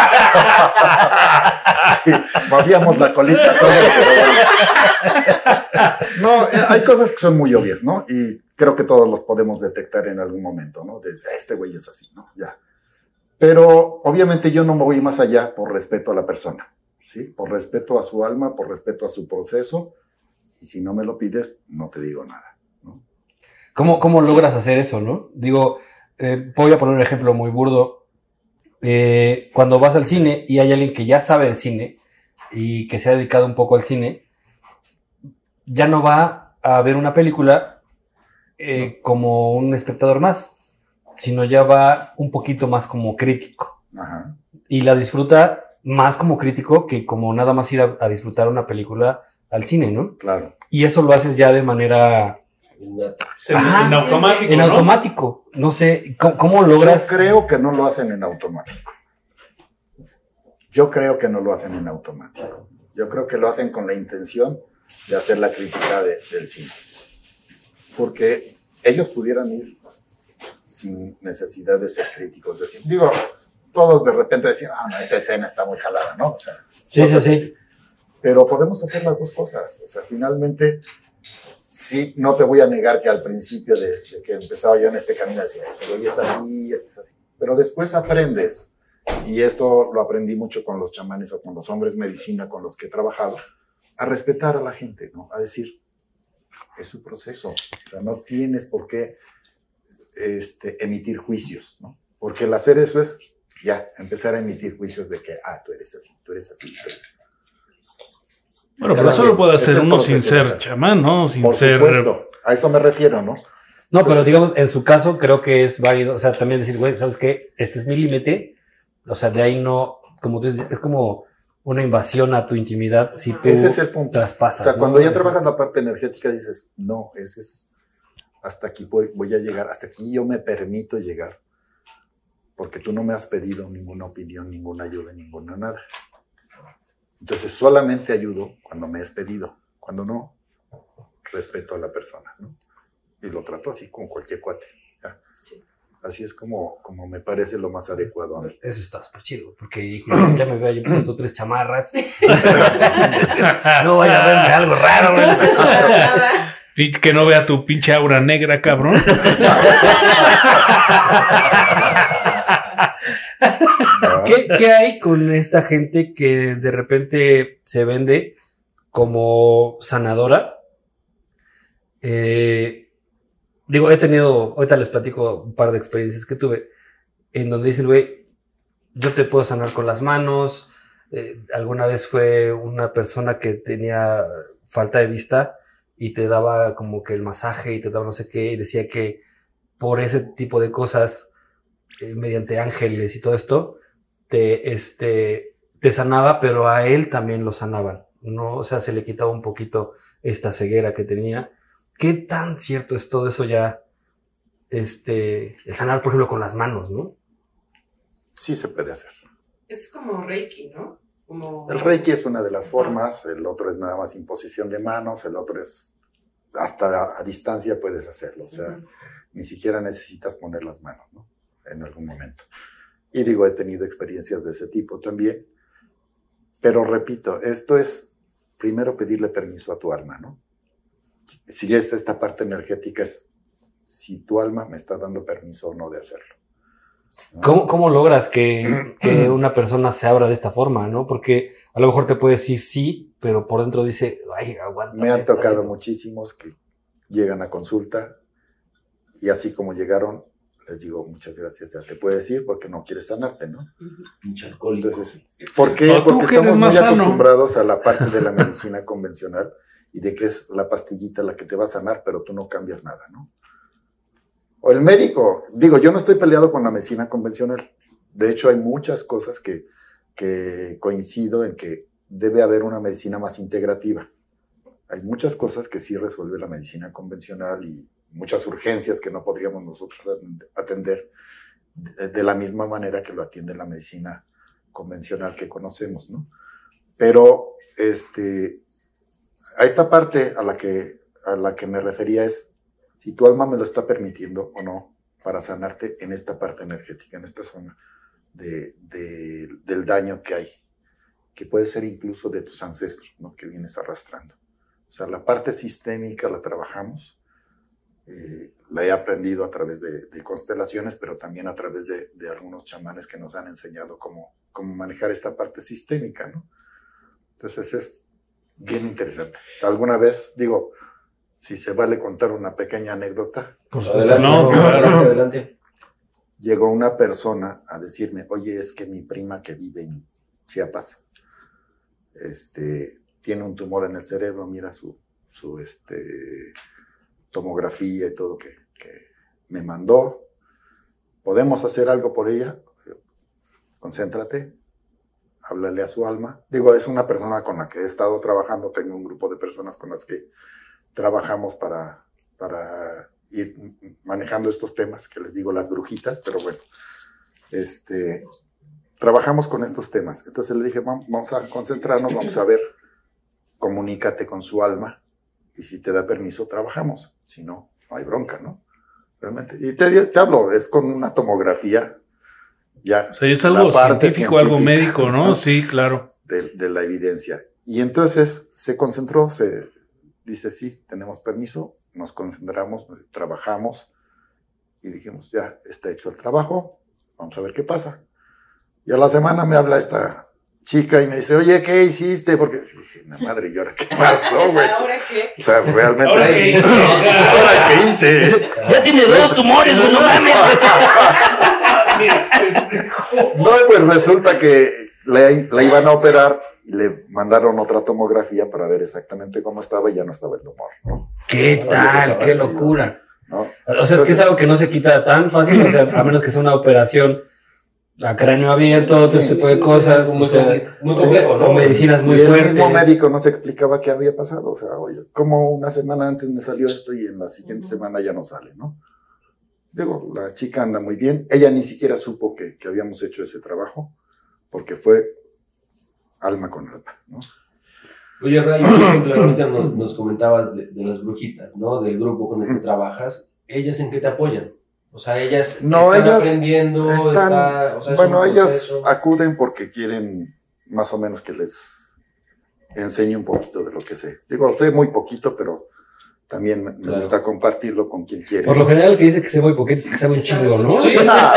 sí, movíamos la colita todos, pero bueno. No, hay cosas que son muy obvias, ¿no? Y creo que todos los podemos detectar en algún momento, ¿no? De este güey es así, ¿no? Ya. Pero obviamente yo no me voy más allá por respeto a la persona, ¿sí? Por respeto a su alma, por respeto a su proceso. Y si no me lo pides, no te digo nada, ¿no? ¿Cómo logras hacer eso, no? Digo, voy a poner un ejemplo muy burdo. Cuando vas al cine y hay alguien que ya sabe de cine y que se ha dedicado un poco al cine, ya no va a ver una película como un espectador más, sino ya va un poquito más como crítico. Ajá. Y la disfruta más como crítico que como nada más ir a disfrutar una película al cine, ¿no? Claro. Y eso lo haces ya de manera... en automático. En ¿no? automático. No sé, ¿cómo logras? Yo creo que no lo hacen en automático. Yo creo que lo hacen con la intención de hacer la crítica del cine. Porque ellos pudieran ir sin necesidad de ser críticos de cine. Digo, todos de repente decían, no, esa escena está muy jalada, ¿no? O sea, Sí. así. Pero podemos hacer las dos cosas. O sea, finalmente, sí, no te voy a negar que al principio de que empezaba yo en este camino decía, este güey es así, este es así. Pero después aprendes, y esto lo aprendí mucho con los chamanes o con los hombres medicina con los que he trabajado, a respetar a la gente, ¿no? A decir, es su proceso. O sea, no tienes por qué emitir juicios, ¿no? Porque el hacer eso es, ya, empezar a emitir juicios de que, tú eres así, tú eres así. Bueno, pero eso lo puede Es hacer el uno sin proceso, ser ¿verdad? chamán, ¿no? Sin Por ser. supuesto, a eso me refiero, ¿no? No, pero digamos, en su caso creo que es válido, o sea, también decir, güey, ¿sabes qué? Este es mi límite, o sea, de ahí no, como tú dices, es como una invasión a tu intimidad si tú Ese es el punto. traspasas. O sea, ¿no? cuando ya Eso. trabajas la parte energética dices, no, ese es hasta aquí voy a llegar, hasta aquí yo me permito llegar, porque tú no me has pedido ninguna opinión, ninguna ayuda, ninguna nada. Entonces solamente ayudo cuando me has pedido, cuando no, respeto a la persona, ¿no? Y lo trato así con cualquier cuate, ¿ya? Sí. Así es como me parece lo más adecuado a mí. Eso está súper chido, porque híjole, ya me había yo puesto 3 chamarras. No vaya a verme algo raro, güey. No se nota nada. Y que no vea tu pinche aura negra, cabrón. ¿Qué hay con esta gente que de repente se vende como sanadora? Digo, he tenido, ahorita les platico un par de experiencias que tuve, en donde dicen, güey, yo te puedo sanar con las manos. Alguna vez fue una persona que tenía falta de vista y te daba como que el masaje y te daba no sé qué, y decía que por ese tipo de cosas, mediante ángeles y todo esto, te sanaba, pero a él también lo sanaban, ¿no? O sea, se le quitaba un poquito esta ceguera que tenía. ¿Qué tan cierto es todo eso ya? El sanar, por ejemplo, con las manos, ¿no? Sí se puede hacer. Es como Reiki, ¿no? El Reiki es una de las formas, el otro es nada más imposición de manos, el otro es hasta a distancia puedes hacerlo, o sea, ni siquiera necesitas poner las manos, ¿no? En algún momento. Y digo, he tenido experiencias de ese tipo también, pero repito, esto es primero pedirle permiso a tu alma, ¿no? Si es esta parte energética, es si tu alma me está dando permiso o no de hacerlo, ¿no? ¿Cómo logras que una persona se abra de esta forma, no? Porque a lo mejor te puede decir sí, pero por dentro dice, ay, aguanta. Me han tocado muchísimos que llegan a consulta y así como llegaron, les digo, muchas gracias, ya te puedes ir porque no quieres sanarte, ¿no? Mucho alcohólico. Entonces, ¿por qué? No, tú Porque que eres estamos muy más sano. acostumbrados a la parte de la medicina convencional y de que es la pastillita la que te va a sanar, pero tú no cambias nada, ¿no? O el médico, digo, yo no estoy peleado con la medicina convencional. De hecho, hay muchas cosas que coincido en que debe haber una medicina más integrativa. Hay muchas cosas que sí resuelve la medicina convencional y muchas urgencias que no podríamos nosotros atender de la misma manera que lo atiende la medicina convencional que conocemos, ¿no? Pero a esta parte a la que me refería es si tu alma me lo está permitiendo o no para sanarte en esta parte energética, en esta zona del daño que hay, que puede ser incluso de tus ancestros, ¿no? Que vienes arrastrando. O sea, la parte sistémica la trabajamos, la he aprendido a través de constelaciones, pero también a través de algunos chamanes que nos han enseñado cómo manejar esta parte sistémica, ¿no? Entonces es bien interesante. Alguna vez, digo, si se vale contar una pequeña anécdota. Por supuesto. Adelante, No, claro. adelante. Llegó una persona a decirme, oye, es que mi prima que vive en Chiapas, tiene un tumor en el cerebro, mira su tomografía y todo que me mandó. ¿Podemos hacer algo por ella? Concéntrate, háblale a su alma. Digo, es una persona con la que he estado trabajando, tengo un grupo de personas con las que trabajamos para ir manejando estos temas, que les digo las brujitas, pero bueno, trabajamos con estos temas. Entonces le dije, vamos a concentrarnos, vamos a ver, comunícate con su alma y si te da permiso, trabajamos. Si no, no hay bronca, ¿no? Realmente. Y te hablo, es con una tomografía ya. O sea, es algo la parte científico, algo científica, médico, ¿no? Sí, claro. de la evidencia. Y entonces se concentró, dice, sí, tenemos permiso, nos concentramos, trabajamos y dijimos, ya está hecho el trabajo, vamos a ver qué pasa. Y a la semana me habla esta chica y me dice, oye, ¿qué hiciste? Porque dije, la madre, ¿y ahora qué pasó, güey? ¿Ahora qué? O sea, realmente. ¿Ahora qué hice? ¿Ahora qué hice? Ya tiene 2 tumores, güey, no mames. No, pues resulta que la iban a operar y le mandaron otra tomografía para ver exactamente cómo estaba y ya no estaba el tumor, ¿no? ¿Qué tal? ¡Qué locura! ¿No? O sea, es que es algo que no se quita tan fácil, o sea, a menos que sea una operación a cráneo abierto, todo este tipo de cosas. Muy, o sea, muy complejo, ¿no? o medicinas muy y el fuertes. mismo médico no se explicaba qué había pasado. O sea, oye, como una semana antes me salió esto y en la siguiente semana ya no sale, ¿no? Digo, la chica anda muy bien. Ella ni siquiera supo que habíamos hecho ese trabajo, porque fue alma con alma, ¿no? Oye, Ray, por ejemplo, ahorita nos comentabas de las brujitas, ¿no? Del grupo con el que trabajas. ¿Ellas en qué te apoyan? O sea, ellas No, están ellas aprendiendo, o sea, es bueno, un ellas proceso. acuden porque quieren más o menos que les enseñe un poquito de lo que sé. Digo, sé muy poquito, pero también me Claro. gusta compartirlo con quien quiere. Por lo general, el que dice que sé muy poquito es que sabe un chingo, ¿no? Sí,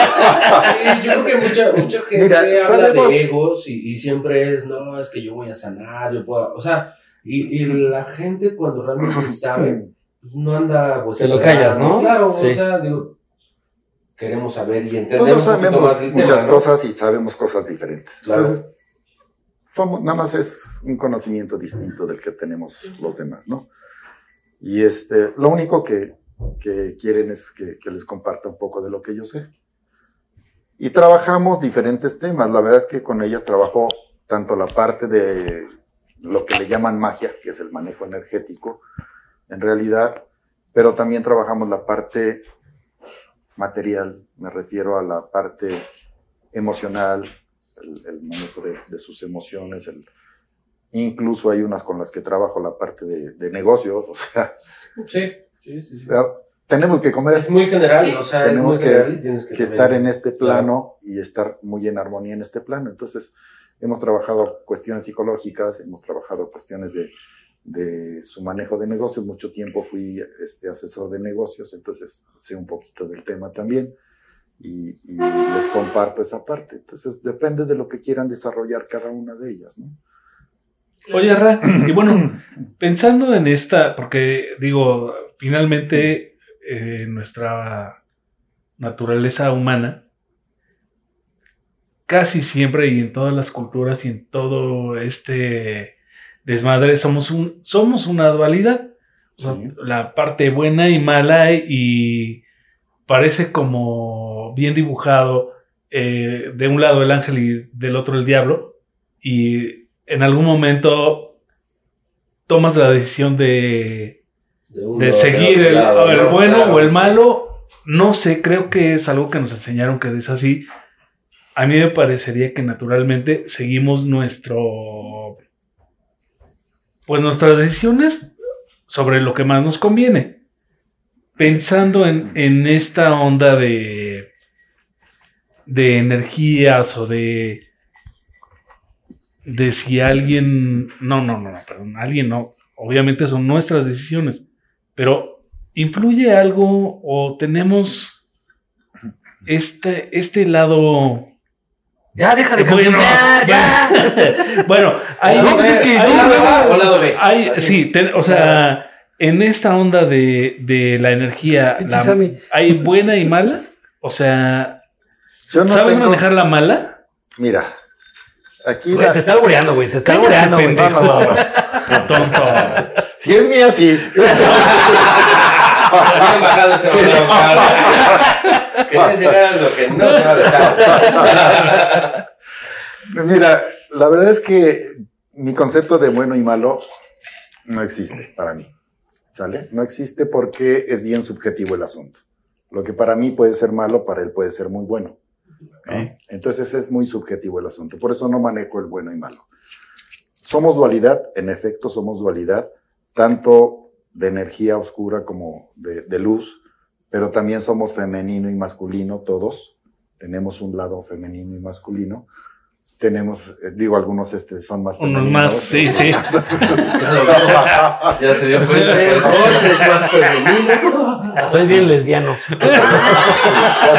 yo creo que mucha gente Mira, habla sabemos- de egos y siempre es, no, es que yo voy a sanar, yo puedo, o sea, y la gente cuando realmente sabe, pues no anda Te lo callas, ¿no? Claro, Sí. o sea, digo, queremos saber y entender Todos un poquito sabemos más del muchas tema, ¿no? cosas y sabemos cosas diferentes. Claro. Entonces, nada más es un conocimiento distinto del que tenemos los demás, ¿no? Y lo único que quieren es que les comparta un poco de lo que yo sé. Y trabajamos diferentes temas. La verdad es que con ellas trabajo tanto la parte de lo que le llaman magia, que es el manejo energético, en realidad, pero también trabajamos la parte material, me refiero a la parte emocional, el manejo de sus emociones, incluso hay unas con las que trabajo la parte de negocios, o sea, Sí. tenemos que comer, Es muy general, Sí. o sea, Tenemos es muy general y tienes que también- estar en este plano y estar muy en armonía en este plano. Entonces, hemos trabajado cuestiones psicológicas, hemos trabajado cuestiones de su manejo de negocios. Mucho tiempo fui asesor de negocios, entonces sé un poquito del tema también y les comparto esa parte. Entonces, depende de lo que quieran desarrollar cada una de ellas, ¿no? Oye, Ra, y bueno, pensando en esta, porque digo, finalmente nuestra naturaleza humana, casi siempre y en todas las culturas y en todo este desmadre, somos una dualidad. O sea, Sí. la parte buena y mala y parece como bien dibujado, de un lado el ángel y del otro el diablo, y en algún momento tomas la decisión de seguir otro el lado, ¿no? bueno Claro, o el sí. malo. No sé, creo que es algo que nos enseñaron que es así. A mí me parecería que naturalmente seguimos nuestras decisiones sobre lo que más nos conviene. Pensando en esta onda de energías o de si alguien, perdón, alguien no, obviamente son nuestras decisiones, pero ¿influye algo o tenemos este lado? Ya, deja de Bueno, cambiar, ya. Bueno, hay, No, pues es que hay- tú, lado A o lado B. sí, o sea, en esta onda de la energía, Pinche Sammy. hay buena y mala, o sea, Yo no ¿sabes tengo- manejar la mala? Mira, aquí Güey, te está albureando, güey. Te está albureando, güey. pendejo. Tonto. Si es mía, sí. Habían bajado ese balón, claro. Querías llegar a lo que no se va a dejar. Mira, la verdad es que mi concepto de bueno y malo no existe para mí, ¿sale? No existe porque es bien subjetivo el asunto. Lo que para mí puede ser malo, para él puede ser muy bueno, ¿no? Ok. Entonces es muy subjetivo el asunto, por eso no manejo el bueno y malo. Somos dualidad, en efecto somos dualidad, tanto de energía oscura como de luz, pero también somos femenino y masculino todos, tenemos un lado femenino y masculino. Tenemos, algunos son más Unos femeninos. más, sí. Ya se dio cuenta que el Roche es más femenino. Soy bien lesbiano. Sí, ya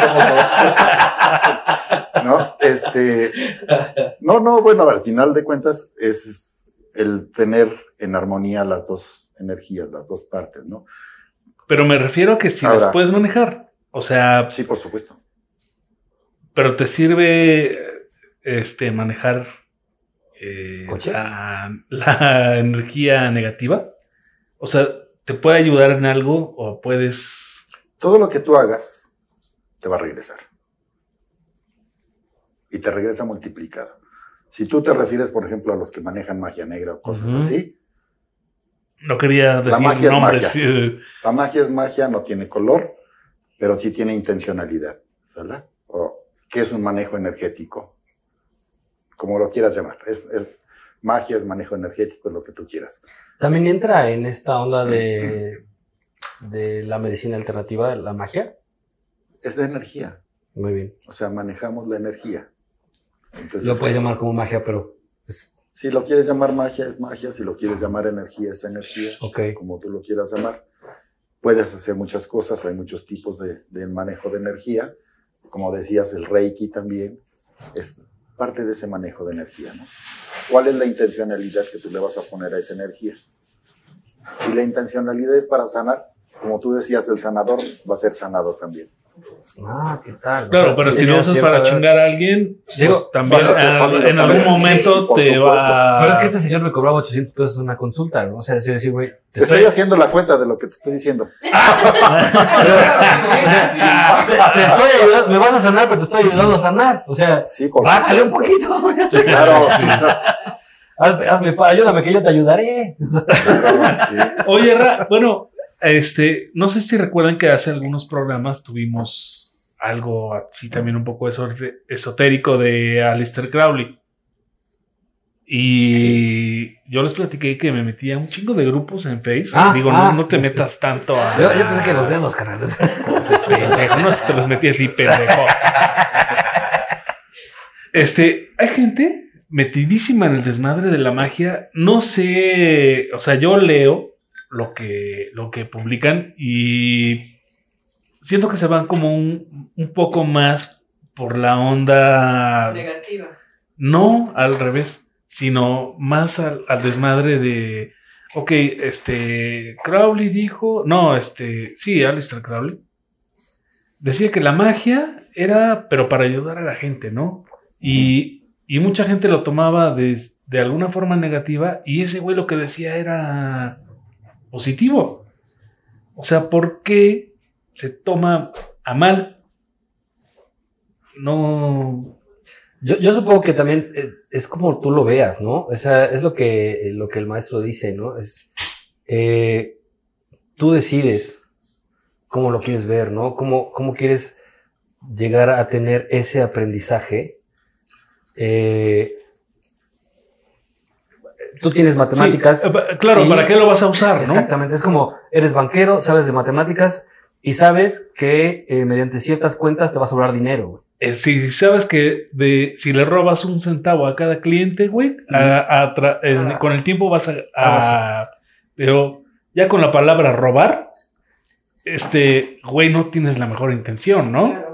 somos dos. ¿No? Bueno, al final de cuentas es el tener en armonía las dos energías, las dos partes, ¿no? Pero me refiero a que si Ahora. las puedes manejar, o sea, Sí, por supuesto. pero te sirve manejar ¿Coche? la energía negativa, o sea, te puede ayudar en algo o puedes. Todo lo que tú hagas te va a regresar. y te regresa multiplicado. Si tú te refieres, por ejemplo, a los que manejan magia negra o cosas así, No quería decir La magia es nombres. magia. Sí. la magia es magia, no tiene color, pero sí tiene intencionalidad, ¿verdad? O ¿qué es un manejo energético? Como lo quieras llamar. Es magia, es manejo energético, es lo que tú quieras. También entra en esta onda de la medicina alternativa, la magia. Es de energía, Muy bien. o sea, manejamos la energía. Entonces, Lo puedes llamar como magia, pero si lo quieres llamar magia, es magia. Si lo quieres llamar energía, es energía. ok. Como tú lo quieras llamar. Puedes hacer muchas cosas, hay muchos tipos de manejo de energía. Como decías, el Reiki también es parte de ese manejo de energía, ¿no? ¿Cuál es la intencionalidad que tú le vas a poner a esa energía? Si la intencionalidad es para sanar, como tú decías, el sanador va a ser sanado también. Ah, ¿qué tal? Claro, O sea, pero sí, si lo usas sí, para sí, chingar a alguien, Digo, pues también vas a ser jodido en algún también. momento Sí, por te supuesto. va... Pero es que este señor me cobraba 800 pesos una consulta, ¿no? O sea, decir, güey, Te estoy haciendo la cuenta de lo que te estoy diciendo. te estoy ayudando, me vas a sanar, pero te estoy ayudando a sanar. O sea, Sí, por bájale un supuesto. poquito, güey. Sí, claro. Ayúdame que yo te ayudaré. Sí. Oye, bueno, no sé si recuerdan que hace algunos programas tuvimos algo así también un poco esotérico de Aleister Crowley. Y yo les platiqué que me metía a un chingo de grupos en Facebook. Digo, no te metas tanto a... Yo pensé que los dedos, carnal. Pendejo, no te los metí así, pendejo. Hay gente metidísima en el desmadre de la magia. No sé, o sea, yo leo lo que publican y siento que se van como un poco más por la onda... Negativa. No al revés, sino más al desmadre de... Ok, Crowley dijo... No, sí, Aleister Crowley. Decía que la magia era, pero para ayudar a la gente, ¿no? Y mucha gente lo tomaba de alguna forma negativa y ese güey lo que decía era positivo. O sea, ¿por qué se toma a mal? No... Yo supongo que también es como tú lo veas, ¿no? O sea, es lo que el maestro dice, ¿no? Es tú decides cómo lo quieres ver, ¿no? Cómo quieres llegar a tener ese aprendizaje. Tú tienes matemáticas. Sí, claro, ¿para qué lo vas a usar, no? Exactamente, es como eres banquero, sabes de matemáticas y sabes que mediante ciertas cuentas te va a sobrar dinero, güey. Si sabes que si le robas un centavo a cada cliente, güey, con el tiempo vas a pero ya con la palabra robar, güey, no tienes la mejor intención, ¿no? Claro.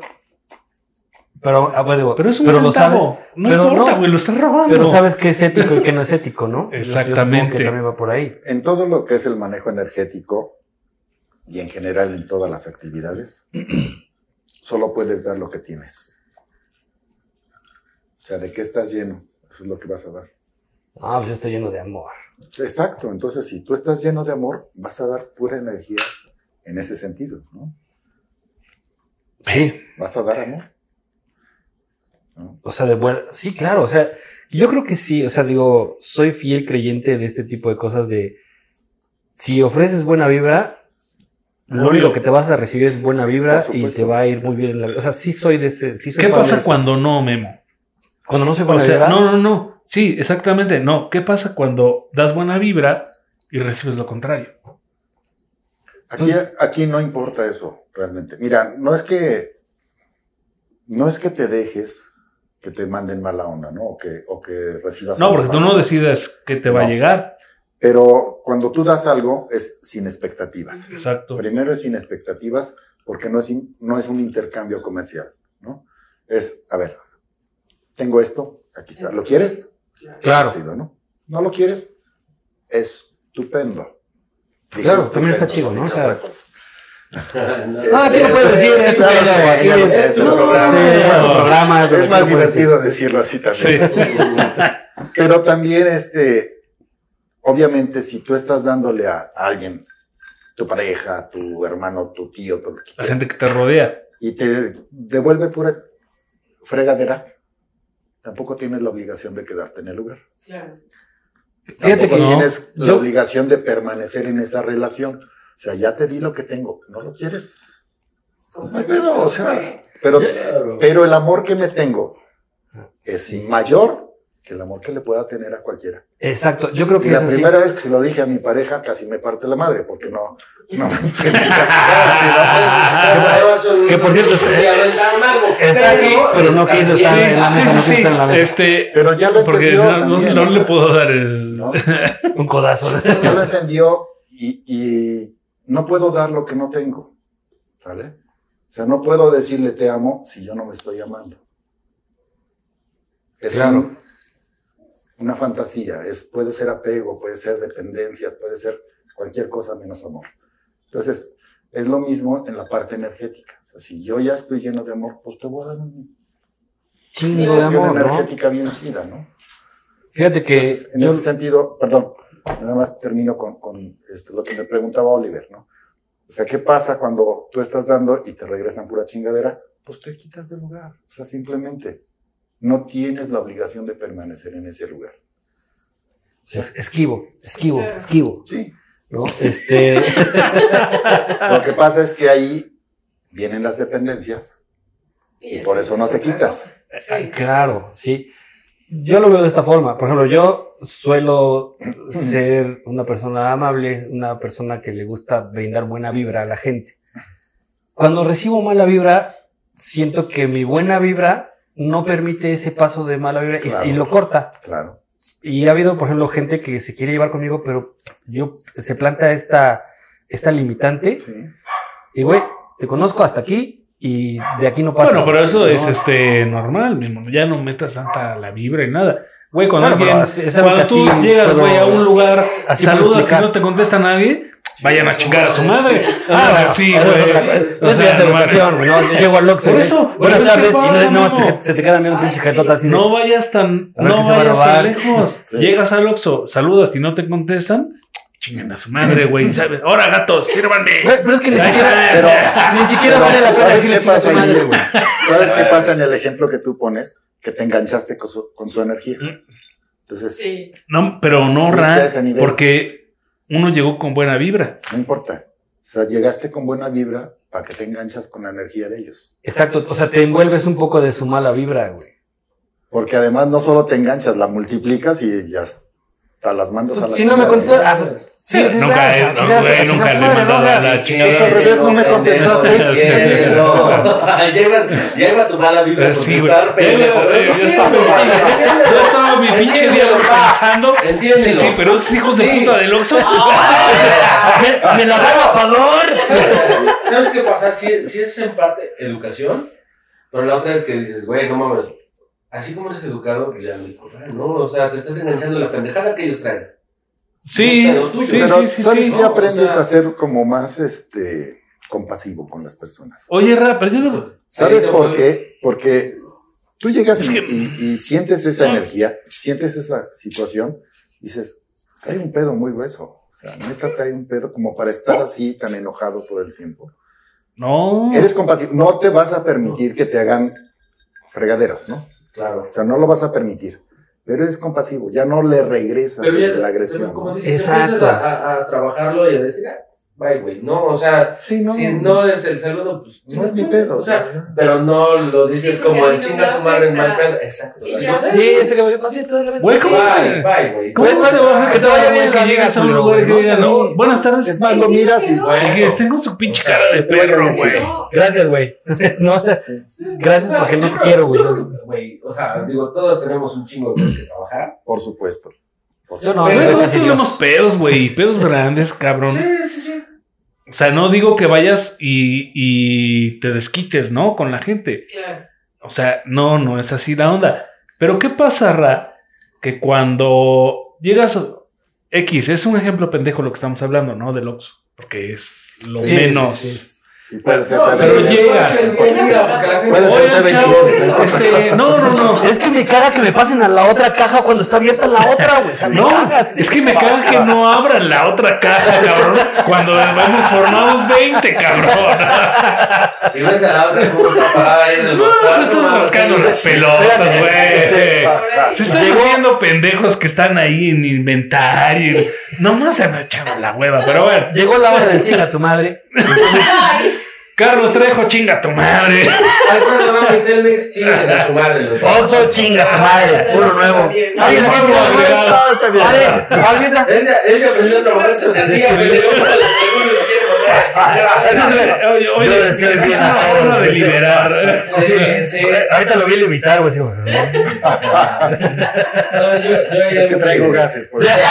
Pero es un lo sabes, centavo, no pero importa, güey, lo estás robando. pero sabes que es ético y que no es ético, ¿no? Exactamente. Yo supongo que también va por ahí. En todo lo que es el manejo energético y en general en todas las actividades, solo puedes dar lo que tienes. O sea, ¿de qué estás lleno? Eso es lo que vas a dar. Ah, pues yo estoy lleno de amor. Exacto. Entonces, si tú estás lleno de amor, vas a dar pura energía en ese sentido, ¿no? Sí. Vas a dar amor, ¿no? O sea, sí, claro, o sea, yo creo que sí, o sea, digo, soy fiel creyente de este tipo de cosas de, si ofreces buena vibra, lo único que te vas a recibir es buena vibra Por y supuesto. te va a ir muy bien en la vida. O sea, sí soy de ese, sí soy ¿Qué fan de pasa eso. cuando no, Memo? Cuando no soy O buena sea, vibra? no. Sí, exactamente, no. ¿Qué pasa cuando das buena vibra y recibes lo contrario? Aquí no importa eso, realmente. Mira, no es que te dejes que te manden mala onda, ¿no? O que recibas No, algo porque tú malo. no decides qué te va a No. llegar. Pero cuando tú das algo, es sin expectativas. Exacto. Primero es sin expectativas, porque no es un intercambio comercial, ¿no? Es, a ver, tengo esto, aquí está. ¿Lo quieres? Claro. Chido, ¿no? ¿No lo quieres? Estupendo. Dije Claro, estupendo, también está chido, ¿no? dije O sea, otra cosa. aquí lo puedes decir, es tu claro, pedo, aquí sí, es tu tu programa. sí, es tu programa. Es más divertido decirlo así también. Sí. Pero también, obviamente, si tú estás dándole a alguien, tu pareja, tu hermano, tu tío, todo lo que La quieras, gente que te rodea. y te devuelve pura fregadera, tampoco tienes la obligación de quedarte en el lugar. Claro. Fíjate Tampoco que tienes la yo- obligación de permanecer en esa relación. O sea, ya te di lo que tengo. ¿No lo quieres? Con No hay permiso, pedo, o sea, sí. pero el amor que me tengo es Sí. mayor que el amor que le pueda tener a cualquiera. Exacto, yo creo Y que la es así. primera vez que se lo dije a mi pareja, casi me parte la madre, porque no me Que por cierto, está aquí, pero no quiso estar en la mesa, no quiso estar en la mesa. Pero ya lo Porque entendió. no también, le o sea, puedo dar el... ¿no? Un codazo. Ya lo entendió y no puedo dar lo que no tengo. ¿Vale? O sea, no puedo decirle te amo si yo no me estoy amando. Es Claro. una fantasía. Puede ser apego, puede ser dependencia, puede ser cualquier cosa menos amor. Entonces, es lo mismo en la parte energética. O sea, si yo ya estoy lleno de amor, pues te voy a dar una Chingo de cuestión amor, ¿no? energética bien chida, ¿no? Fíjate que Entonces, en yo, ese sentido, perdón, nada más termino con lo que me preguntaba Oliver, ¿no? O sea, ¿qué pasa cuando tú estás dando y te regresan pura chingadera? Pues te quitas del lugar. O sea, simplemente no tienes la obligación de permanecer en ese lugar. esquivo, Claro. Sí. ¿no? Lo que pasa es que ahí vienen las dependencias y por eso no te quitas. Sí. Claro, sí. Yo lo veo de esta forma. Por ejemplo, yo suelo ser una persona amable, una persona que le gusta brindar buena vibra a la gente. Cuando recibo mala vibra, siento que mi buena vibra no permite ese paso de mala vibra Claro. y lo corta. Claro. Y ha habido, por ejemplo, gente que se quiere llevar conmigo, pero se planta esta limitante. Sí. Y güey, te conozco hasta aquí y de aquí no pasa. Bueno, pero eso ¿no? es normal, mi mono. Ya no metas tanta la vibra y nada. Güey, cuando Bueno, alguien, pero es algo cuando que tú así llegas, puedo- güey, a un lugar, Así puedo saludas y explicar. no te contesta nadie, vayan a chingar a su madre. Ah, sí, eso es otra güey. cosa. Eso ya es educación, güey, ¿no? Si llego al Oxxo, Por güey, eso, buenas pero es que tardes, y pasa, no, amigo. se te quedan viendo Ay, pinche sí. jetota así de, No vayas tan, A ver no qué se va a vayas robar. tan lejos. Sí. Llegas al Oxxo, saludas y no te contestan, chingan a su madre, güey. ¿Sabes? Ahora, gatos, sírvanme. Güey, pero es que ni Ay, siquiera, ni siquiera vale la pena ¿sabes decirle qué chinga a pasa su ahí? madre, güey. ¿Sabes qué pasa en el ejemplo que tú pones? Que te enganchaste con su energía. Entonces, Sí. No, pero no, Fuiste Ra, a ese nivel. porque uno llegó con buena vibra. no importa. O sea, llegaste con buena vibra para que te enganchas con la energía de ellos. Exacto, o sea, te envuelves un poco de su mala vibra, güey. Porque además no solo te enganchas, la multiplicas y ya hasta las mandas a la Si no me chingada. contestas, pues sí, Nunca le manda la chingada. Eso al revés, no me contestaste. Lleva tu mala vibra por Sí, güey. estar pendejo. Yo estaba mi pinche día pensando. Entiéndelo. Sí, pero esos hijos de Sí. puta del Oxxo. me la pago a favor. ¿Sabes qué pasa? Sí es en parte educación, pero la otra es que dices, güey, no mames, así como eres educado, pues ya lo dijo, ¿no? O sea, te estás enganchando en la pendejada que ellos traen. Sí, Busca lo tuyo. sí, Pero, sí, ¿sabes sí. qué? No, Aprendes o sea- a ser como más compasivo con las personas. Oye, Ra, pero yo no. ¿Sabes Ahí te por voy. qué? Porque tú llegas Es que- y sientes esa energía, sientes esa situación, y dices, trae un pedo muy grueso. O sea, neta trae un pedo como para estar así tan enojado todo el tiempo. No. Eres compasivo, no te vas a permitir que te hagan fregaderas, ¿no? Claro. O sea, no lo vas a permitir. Pero eres compasivo, ya no le regresas Pero ya, la agresión. pero como ¿no? dices, Exacto. empiezas a trabajarlo y a decir, bye, güey. No, o sea, Sí, no, si no es el saludo, pues. no es mi pedo. O sea, pero no lo dices Sí, porque como a mí el no chinga me tu madre en mal afecta. pedo. Exacto. Y O sea, ya. no sé. Sí, eso que más bien te da la Güey, ¿cómo Bye, bye, güey. Pues, ¿Cómo te va a que te vaya bien que la vida, llegas a un culero, lugar y que güey, digas, ¿no? no, buenas tardes? Es más, lo miras y... Y que estén con su pinche cara de te vaya perro, bien, güey. No, Gracias, güey. No, o sea, gracias porque no te quiero, güey. Güey, o sea, digo, todos tenemos un chingo de cosas que trabajar. Por supuesto. Yo no, Pero yo soy todos casi tenemos Dios. pedos, güey. Pedos grandes, cabrón. Sí. O sea, no digo que vayas y te desquites, ¿no? Con la gente. claro. O sea, no es así la onda. Pero ¿qué pasa, Ra? Que cuando llegas... X, es un ejemplo pendejo lo que estamos hablando, ¿no? Del Oxxo. Porque es lo Sí, menos... sí, sí. Sí, puede ser. pero Puede llega. ser Oye, 7-Eleven, chavo, no importa. no. Es que me caga que me pasen a la otra caja cuando está abierta la otra, güey. O sea, me No, caga, sí. es que me caga que no abran la otra caja, cabrón, cuando hemos formado 20, cabrón. Y ves a la otra como está parada ahí en el No, se mostrador. están marcando las pelotas, güey. Se están haciendo pendejos que están ahí en inventario. Nomás se me echaba la hueva, pero bueno. Llegó la hora del chinga a tu madre. Carlos Trejo, chinga tu madre. Alfredo va a meter el mix, chinguen a su madre. Oso, chinga tu madre. Uno nuevo. Alguien más lo agregado. Ella aprendió a trabajar su energía, pero luego Oye, Yo decía es bien a una todos, forma de sí. liberar. Sí. Ahorita lo vi limitar, güey. No, yo Es que traigo gases. Por eso.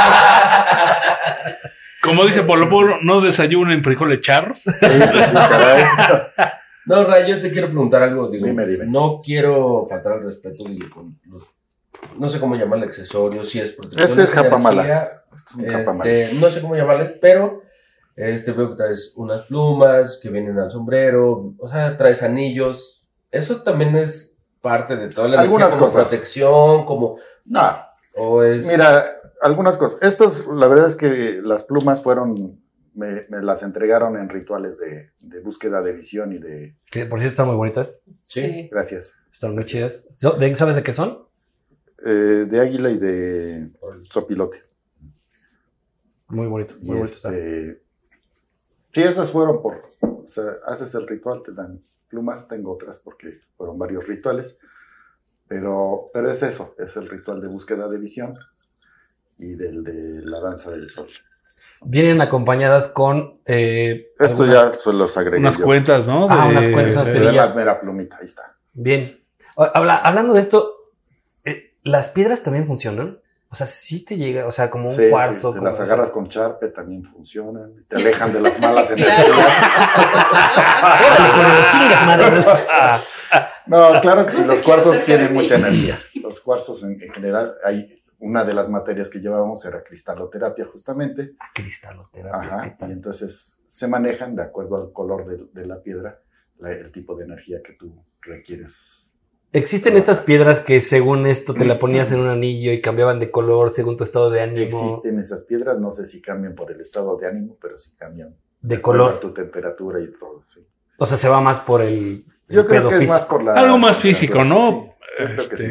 Como dice Polo Polo, no desayunen frijoles charros. Sí, caray. No, Ray, yo te quiero preguntar algo. Digo, Dime. No quiero faltar al respeto, digo, con los, no sé cómo llamarle accesorios, si es protección. Este es de japamala. energía, Este es un japamala. no sé cómo llamarles, pero veo que traes unas plumas que vienen al sombrero, o sea, traes anillos. Eso también es parte de toda la Algunas energía, como cosas. protección, como, No, o es... mira, algunas cosas. Estos, la verdad es que las plumas fueron, me las entregaron en rituales de búsqueda de visión y de... Que por cierto están muy bonitas. Sí. Gracias. Están muy chidas. ¿Sabes de qué son? De águila y de zopilote. Muy bonitos. Muy bonitos. Sí, esas fueron o sea, haces el ritual, te dan plumas, tengo otras porque fueron varios rituales, pero es eso, es el ritual de búsqueda de visión y del de la danza del sol. Vienen acompañadas con... Esto ya se los agregué Unas yo. cuentas, ¿no? Unas cuentas, unas Me da perillas. la mera plumita, ahí está. Bien. Hablando de esto, ¿las piedras también funcionan? O sea, sí te llega, o sea, como un Sí, cuarzo. si como las eso. agarras con charpe también funcionan, te alejan de las malas Claro. energías. ¡Órale, con chingas, madre! No, claro que sí, No te los quiero cuarzos cerca de tienen mí. mucha energía. Los cuarzos en general, hay una de las materias que llevábamos era cristaloterapia justamente. Cristaloterapia. Ajá, ¿qué y tal? entonces se manejan de acuerdo al color de la piedra, el tipo de energía que tú requieres. ¿Existen estas piedras que según esto te la ponías en un anillo y cambiaban de color según tu estado de ánimo? Existen esas piedras, no sé si cambian por el estado de ánimo, pero sí cambian De acuerdo a color. tu temperatura y todo. Sí. O sea, se va más por el Yo creo pedo que es más físico. por la... Algo más físico, ¿no? Sí, yo creo que sí.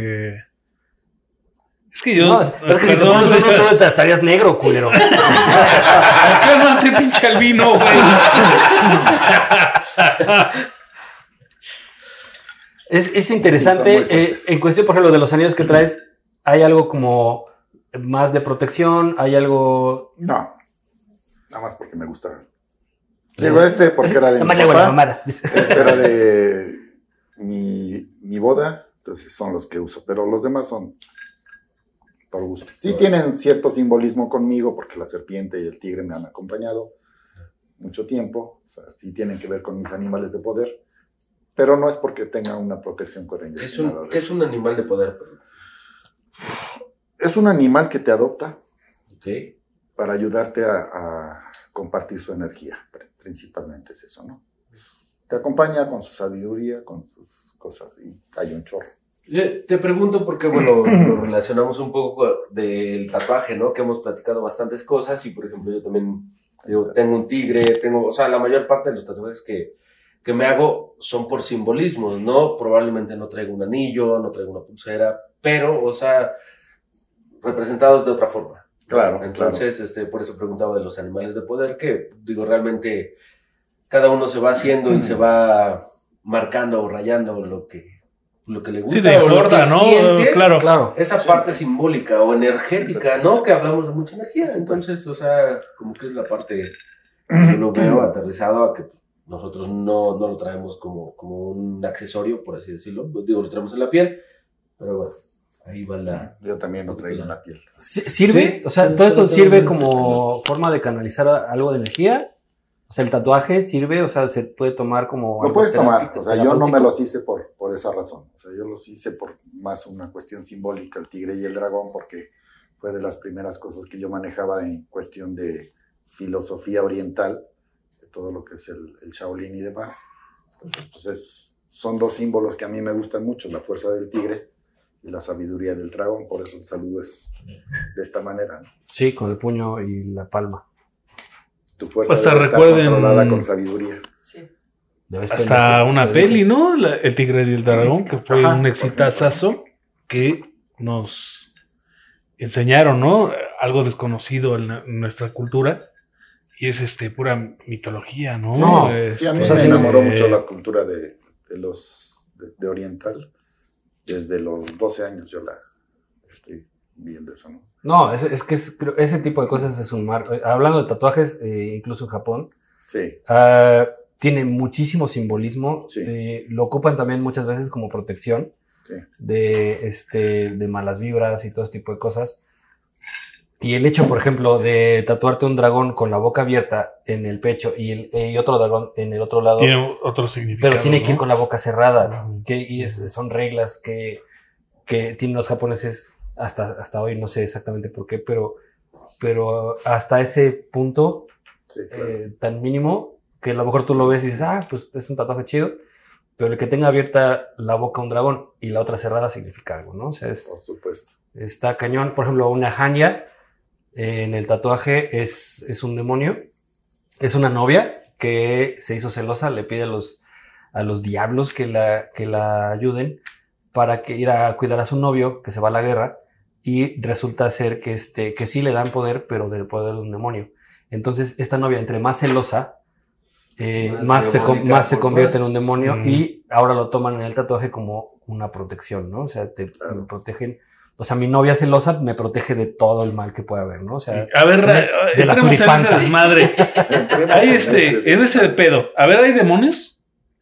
Es que yo. No, es que si te perdón, pones uno, tú estarías negro, culero. Cálmate, pinche albino, güey. Es interesante. Sí, son muy fuertes. En cuestión, por ejemplo, de los anillos que traes, ¿hay algo como más de protección? ¿Hay algo...? No, nada más porque me gustaron. Digo porque era de mi Nomás le hago la papá, mamada. este era de mi boda, entonces son los que uso, pero los demás son por gusto. Sí tienen cierto simbolismo conmigo porque la serpiente y el tigre me han acompañado mucho tiempo, o sea, sí tienen que ver con mis animales de poder, pero no es porque tenga una protección con ellos. ¿Qué es un animal de poder? Es un animal que te adopta Ok. para ayudarte a compartir su energía, principalmente es eso, ¿no? Te acompaña con su sabiduría, con sus cosas, y hay un chorro. Te pregunto porque, bueno, lo relacionamos un poco del tatuaje, ¿no? Que hemos platicado bastantes cosas y, por ejemplo, yo también tengo un tigre, o sea, la mayor parte de los tatuajes que me hago son por simbolismos, ¿no? Probablemente no traigo un anillo, no traigo una pulsera, pero, o sea, representados de otra forma. Claro, Entonces, por eso preguntaba de los animales de poder, que, digo, realmente cada uno se va haciendo y se va marcando o rayando lo que le gusta Sí, te o lo importa, que ¿no? siente. Claro. Claro. Esa parte simbólica o energética, ¿no? Que hablamos de mucha energía. Entonces, o sea, como que es la parte que yo lo veo aterrizado a que nosotros no lo traemos como un accesorio, por así decirlo. Digo, lo traemos en la piel, pero bueno, ahí va la... Yo también lo traigo en la piel. ¿Sirve? Sí. O sea, ¿todo esto sirve como forma de canalizar algo de energía? O sea, ¿el tatuaje sirve? O sea, ¿se puede tomar como Lo algo puedes tomar, terápico, o sea, yo no me terapéutico? los hice por esa razón. O sea, yo los hice por más una cuestión simbólica, el tigre y el dragón, porque fue de las primeras cosas que yo manejaba en cuestión de filosofía oriental, de todo lo que es el Shaolin y demás. Entonces, pues son dos símbolos que a mí me gustan mucho, la fuerza del tigre y la sabiduría del dragón, por eso el saludo es de esta manera, ¿no? Sí, con el puño y la palma. Tu fuerza Pues debe estar recuerden- controlada con sabiduría. Sí. Hasta una peli, ¿no? El Tigre y el Dragón, que fue un exitazazo que nos enseñaron, ¿no? Algo desconocido en nuestra cultura. Y es pura mitología, ¿no? No, sí, a mí me enamoró mucho la cultura de Oriental. Desde los 12 años yo la estoy viendo eso, ¿no? No, creo, ese tipo de cosas es un mar. Hablando de tatuajes, incluso en Japón, Sí. Tiene muchísimo simbolismo. Sí. Lo ocupan también muchas veces como protección Sí. de malas vibras y todo ese tipo de cosas. Y el hecho, por ejemplo, de tatuarte un dragón con la boca abierta en el pecho y otro dragón en el otro lado. Tiene otro significado. Pero tiene que ir ¿no? con la boca cerrada. Son reglas que tienen los japoneses hasta hoy. No sé exactamente por qué, pero hasta ese punto Sí, claro. tan mínimo que a lo mejor tú lo ves y dices, pues es un tatuaje chido. Pero el que tenga abierta la boca un dragón y la otra cerrada significa algo, ¿no? O sea, Por supuesto. está cañón. Por ejemplo, una hanya en el tatuaje es un demonio. Es una novia que se hizo celosa, le pide a los diablos que la ayuden para ir a cuidar a su novio que se va a la guerra, y resulta ser que sí le dan poder, pero del poder de un demonio. Entonces, esta novia, entre más celosa, más se convierte en un demonio, y ahora lo toman en el tatuaje como una protección, ¿no? O sea, me protegen. O sea, mi novia celosa me protege de todo el mal que pueda haber, ¿no? O sea, a ver, de las suripantas. Madre. Hay en ese pedo. A ver, ¿hay demonios?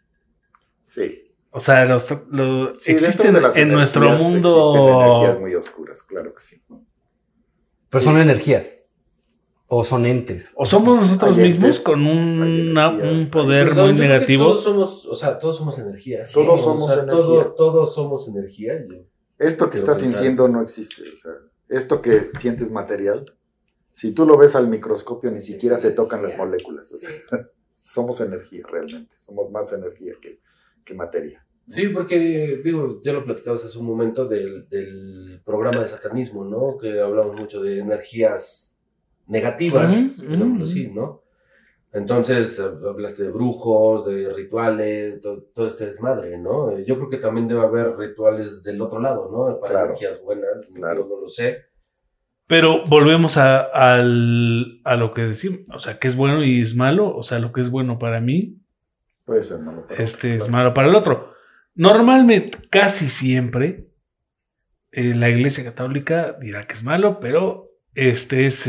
Sí. O sea, Sí, existen dentro de las en nuestro energías mundo. Existen energías muy oscuras, claro que sí. Pero son energías. O son entes. O somos nosotros Hay mismos entes, con un energías, poder Perdón, muy yo creo que negativo. todos somos energía. Todos ¿no? somos energía. Todos somos energía. Esto que Pero estás pensar sintiendo no existe. O sea, esto que sientes material, si tú lo ves al microscopio, ni siquiera se tocan las moléculas. O sea, somos energía realmente. Somos más energía que materia. Sí, porque, ya lo platicamos hace un momento del programa de satanismo, ¿no? Que hablamos mucho de energías negativas, digámoslo así, ¿no? Entonces, hablaste de brujos, de rituales, todo este desmadre, ¿no? Yo creo que también debe haber rituales del otro lado, ¿no? Para Claro. energías buenas, Claro. no lo sé. Pero volvemos a lo que decimos. O sea, ¿qué es bueno y es malo? O sea, lo que es bueno para mí, Puede ser malo. pero- es malo para el otro. Normalmente, casi siempre, la Iglesia Católica dirá que es malo, pero es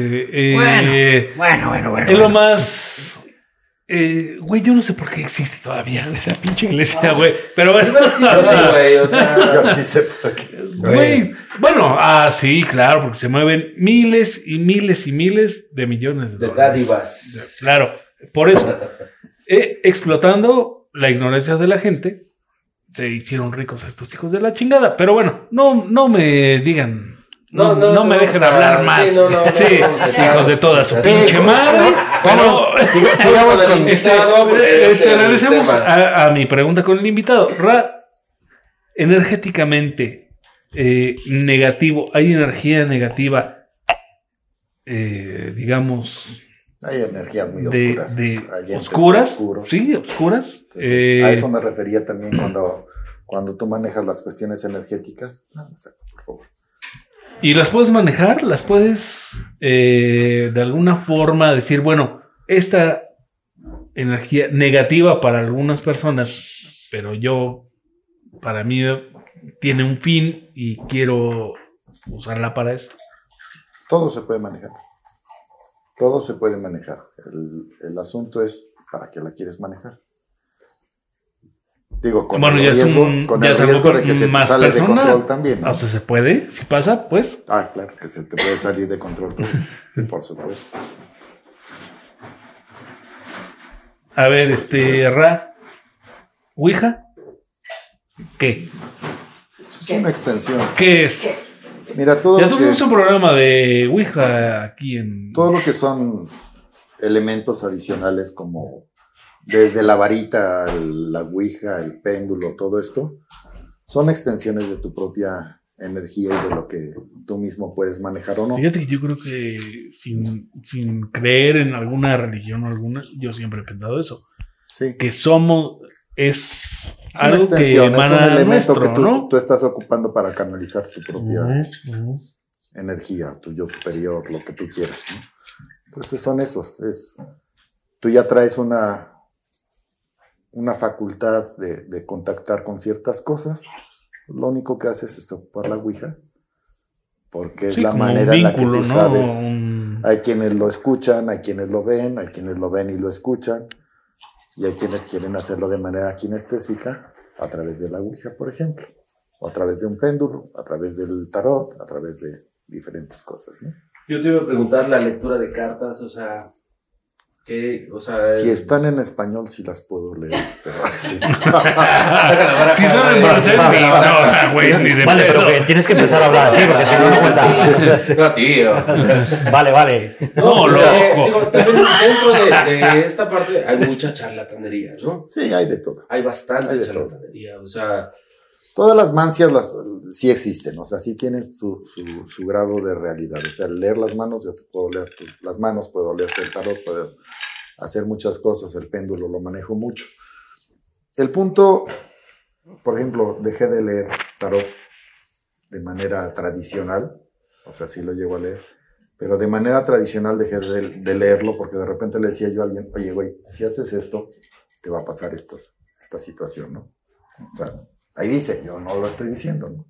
Bueno. es lo más. Güey, yo no sé por qué existe todavía esa pinche iglesia, güey. Pero bueno, Sí, güey, o sea, Yo sí sé por qué. güey. Bueno, sí, claro, porque se mueven miles y miles y miles de millones de de dólares. dádivas. Claro, por eso, explotando la ignorancia de la gente, se hicieron ricos estos hijos de la chingada. Pero bueno, no me digan. No me dejen hablar más. Sí, no, Sí, vamos a echar. hijos de toda su Sí, pinche madre. Bueno, sigamos con el con invitado, porque ese es el regresemos tema. a mi pregunta con el invitado. Energéticamente negativo, ¿hay energía negativa, digamos, Hay energías muy de oscuras. Hay entes oscuras? oscuros. Sí, oscuras. Entonces, a eso me refería también cuando tú manejas las cuestiones energéticas. No, o sea, por favor. ¿Y las puedes manejar? ¿Las puedes de alguna forma decir, bueno, esta energía negativa para algunas personas, pero para mí tiene un fin y quiero usarla para esto? Todo se puede manejar. Todo se puede manejar. El asunto es para qué la quieres manejar. Digo, con Bueno, el ya es riesgo, un- con ya el es algo riesgo de que se te más sale de personal. control también, ¿no? O sea, ¿se puede? Si pasa, pues. Claro, que se te puede salir de control todo. Sí, por supuesto. A ver, Ouija, ¿qué? Es una extensión. ¿Qué es? Mira, todo Ya lo que tuvimos un programa de Ouija aquí en... todo lo que son elementos adicionales como desde la varita, la ouija, el péndulo, todo esto, son extensiones de tu propia energía y de lo que tú mismo puedes manejar o no. Fíjate que yo creo que sin creer en alguna religión o alguna, yo siempre he pensado eso. Sí. que somos, es Es una algo que extensión, es un emana elemento nuestro, que ¿no? tú estás ocupando para canalizar tu propia Ujú. energía, tu yo superior, lo que tú quieras, ¿no? Entonces son esos. Tú ya traes una facultad de contactar con ciertas cosas. Lo único que haces es ocupar la ouija, porque es Sí, la como un manera en la que vínculo, tú ¿no? sabes. Un- Hay quienes lo escuchan, hay quienes lo ven, hay quienes lo ven y lo escuchan, y hay quienes quieren hacerlo de manera kinestésica, a través de la ouija, por ejemplo, o a través de un péndulo, a través del tarot, a través de diferentes cosas, ¿no? Yo te iba a preguntar la lectura de cartas, o sea, ¿qué? O sea, Si están en español, sí las puedo leer, pero sí. Si son en francés, ni no, güey, ni de Vale, pedo. pero que tienes que empezar a hablar, sí, porque si no, no cuenta. No, tío. Vale. No, loco. Digo, también dentro de esta parte hay mucha charlatanería, ¿no? Sí, hay de todo. Hay bastante Hay de todo. charlatanería, o sea, Todas las mancias sí existen, o sea, sí tienen su grado de realidad. O sea, leer las manos, yo te puedo leer las manos, puedo leerte el tarot, puedo hacer muchas cosas, el péndulo lo manejo mucho. El punto, por ejemplo, dejé de leer tarot de manera tradicional, o sea, sí lo llego a leer, pero de manera tradicional dejé de leerlo porque de repente le decía yo a alguien, oye, güey, si haces esto, te va a pasar esta situación, ¿no? O sea, ahí dice, yo no lo estoy diciendo, ¿no?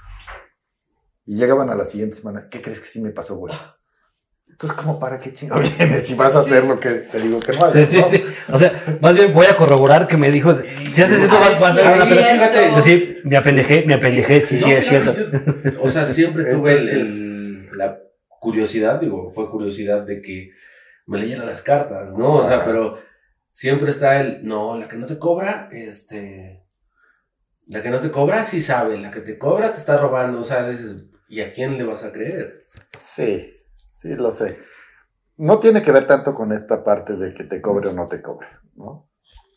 Y llegaban a la siguiente semana, ¿qué crees que sí me pasó, güey? Entonces, ¿cómo para qué chingo vienes si vas a hacer lo que te digo que no hagas, Sí. O sea, más bien voy a corroborar que me dijo, si haces esto vas a hacer una sí, película. cierto. Decir, me apendejé, sí, no, es cierto. O sea, siempre tuve Entonces- la curiosidad, digo, fue curiosidad de que me leyera las cartas, ¿no? O sea, Ajá. pero siempre está no, la que no te cobra, la que no te cobra sí sabe, la que te cobra te está robando, o sea, dices, ¿y a quién le vas a creer? Sí, lo sé. No tiene que ver tanto con esta parte de que te cobre o no te cobre, ¿no?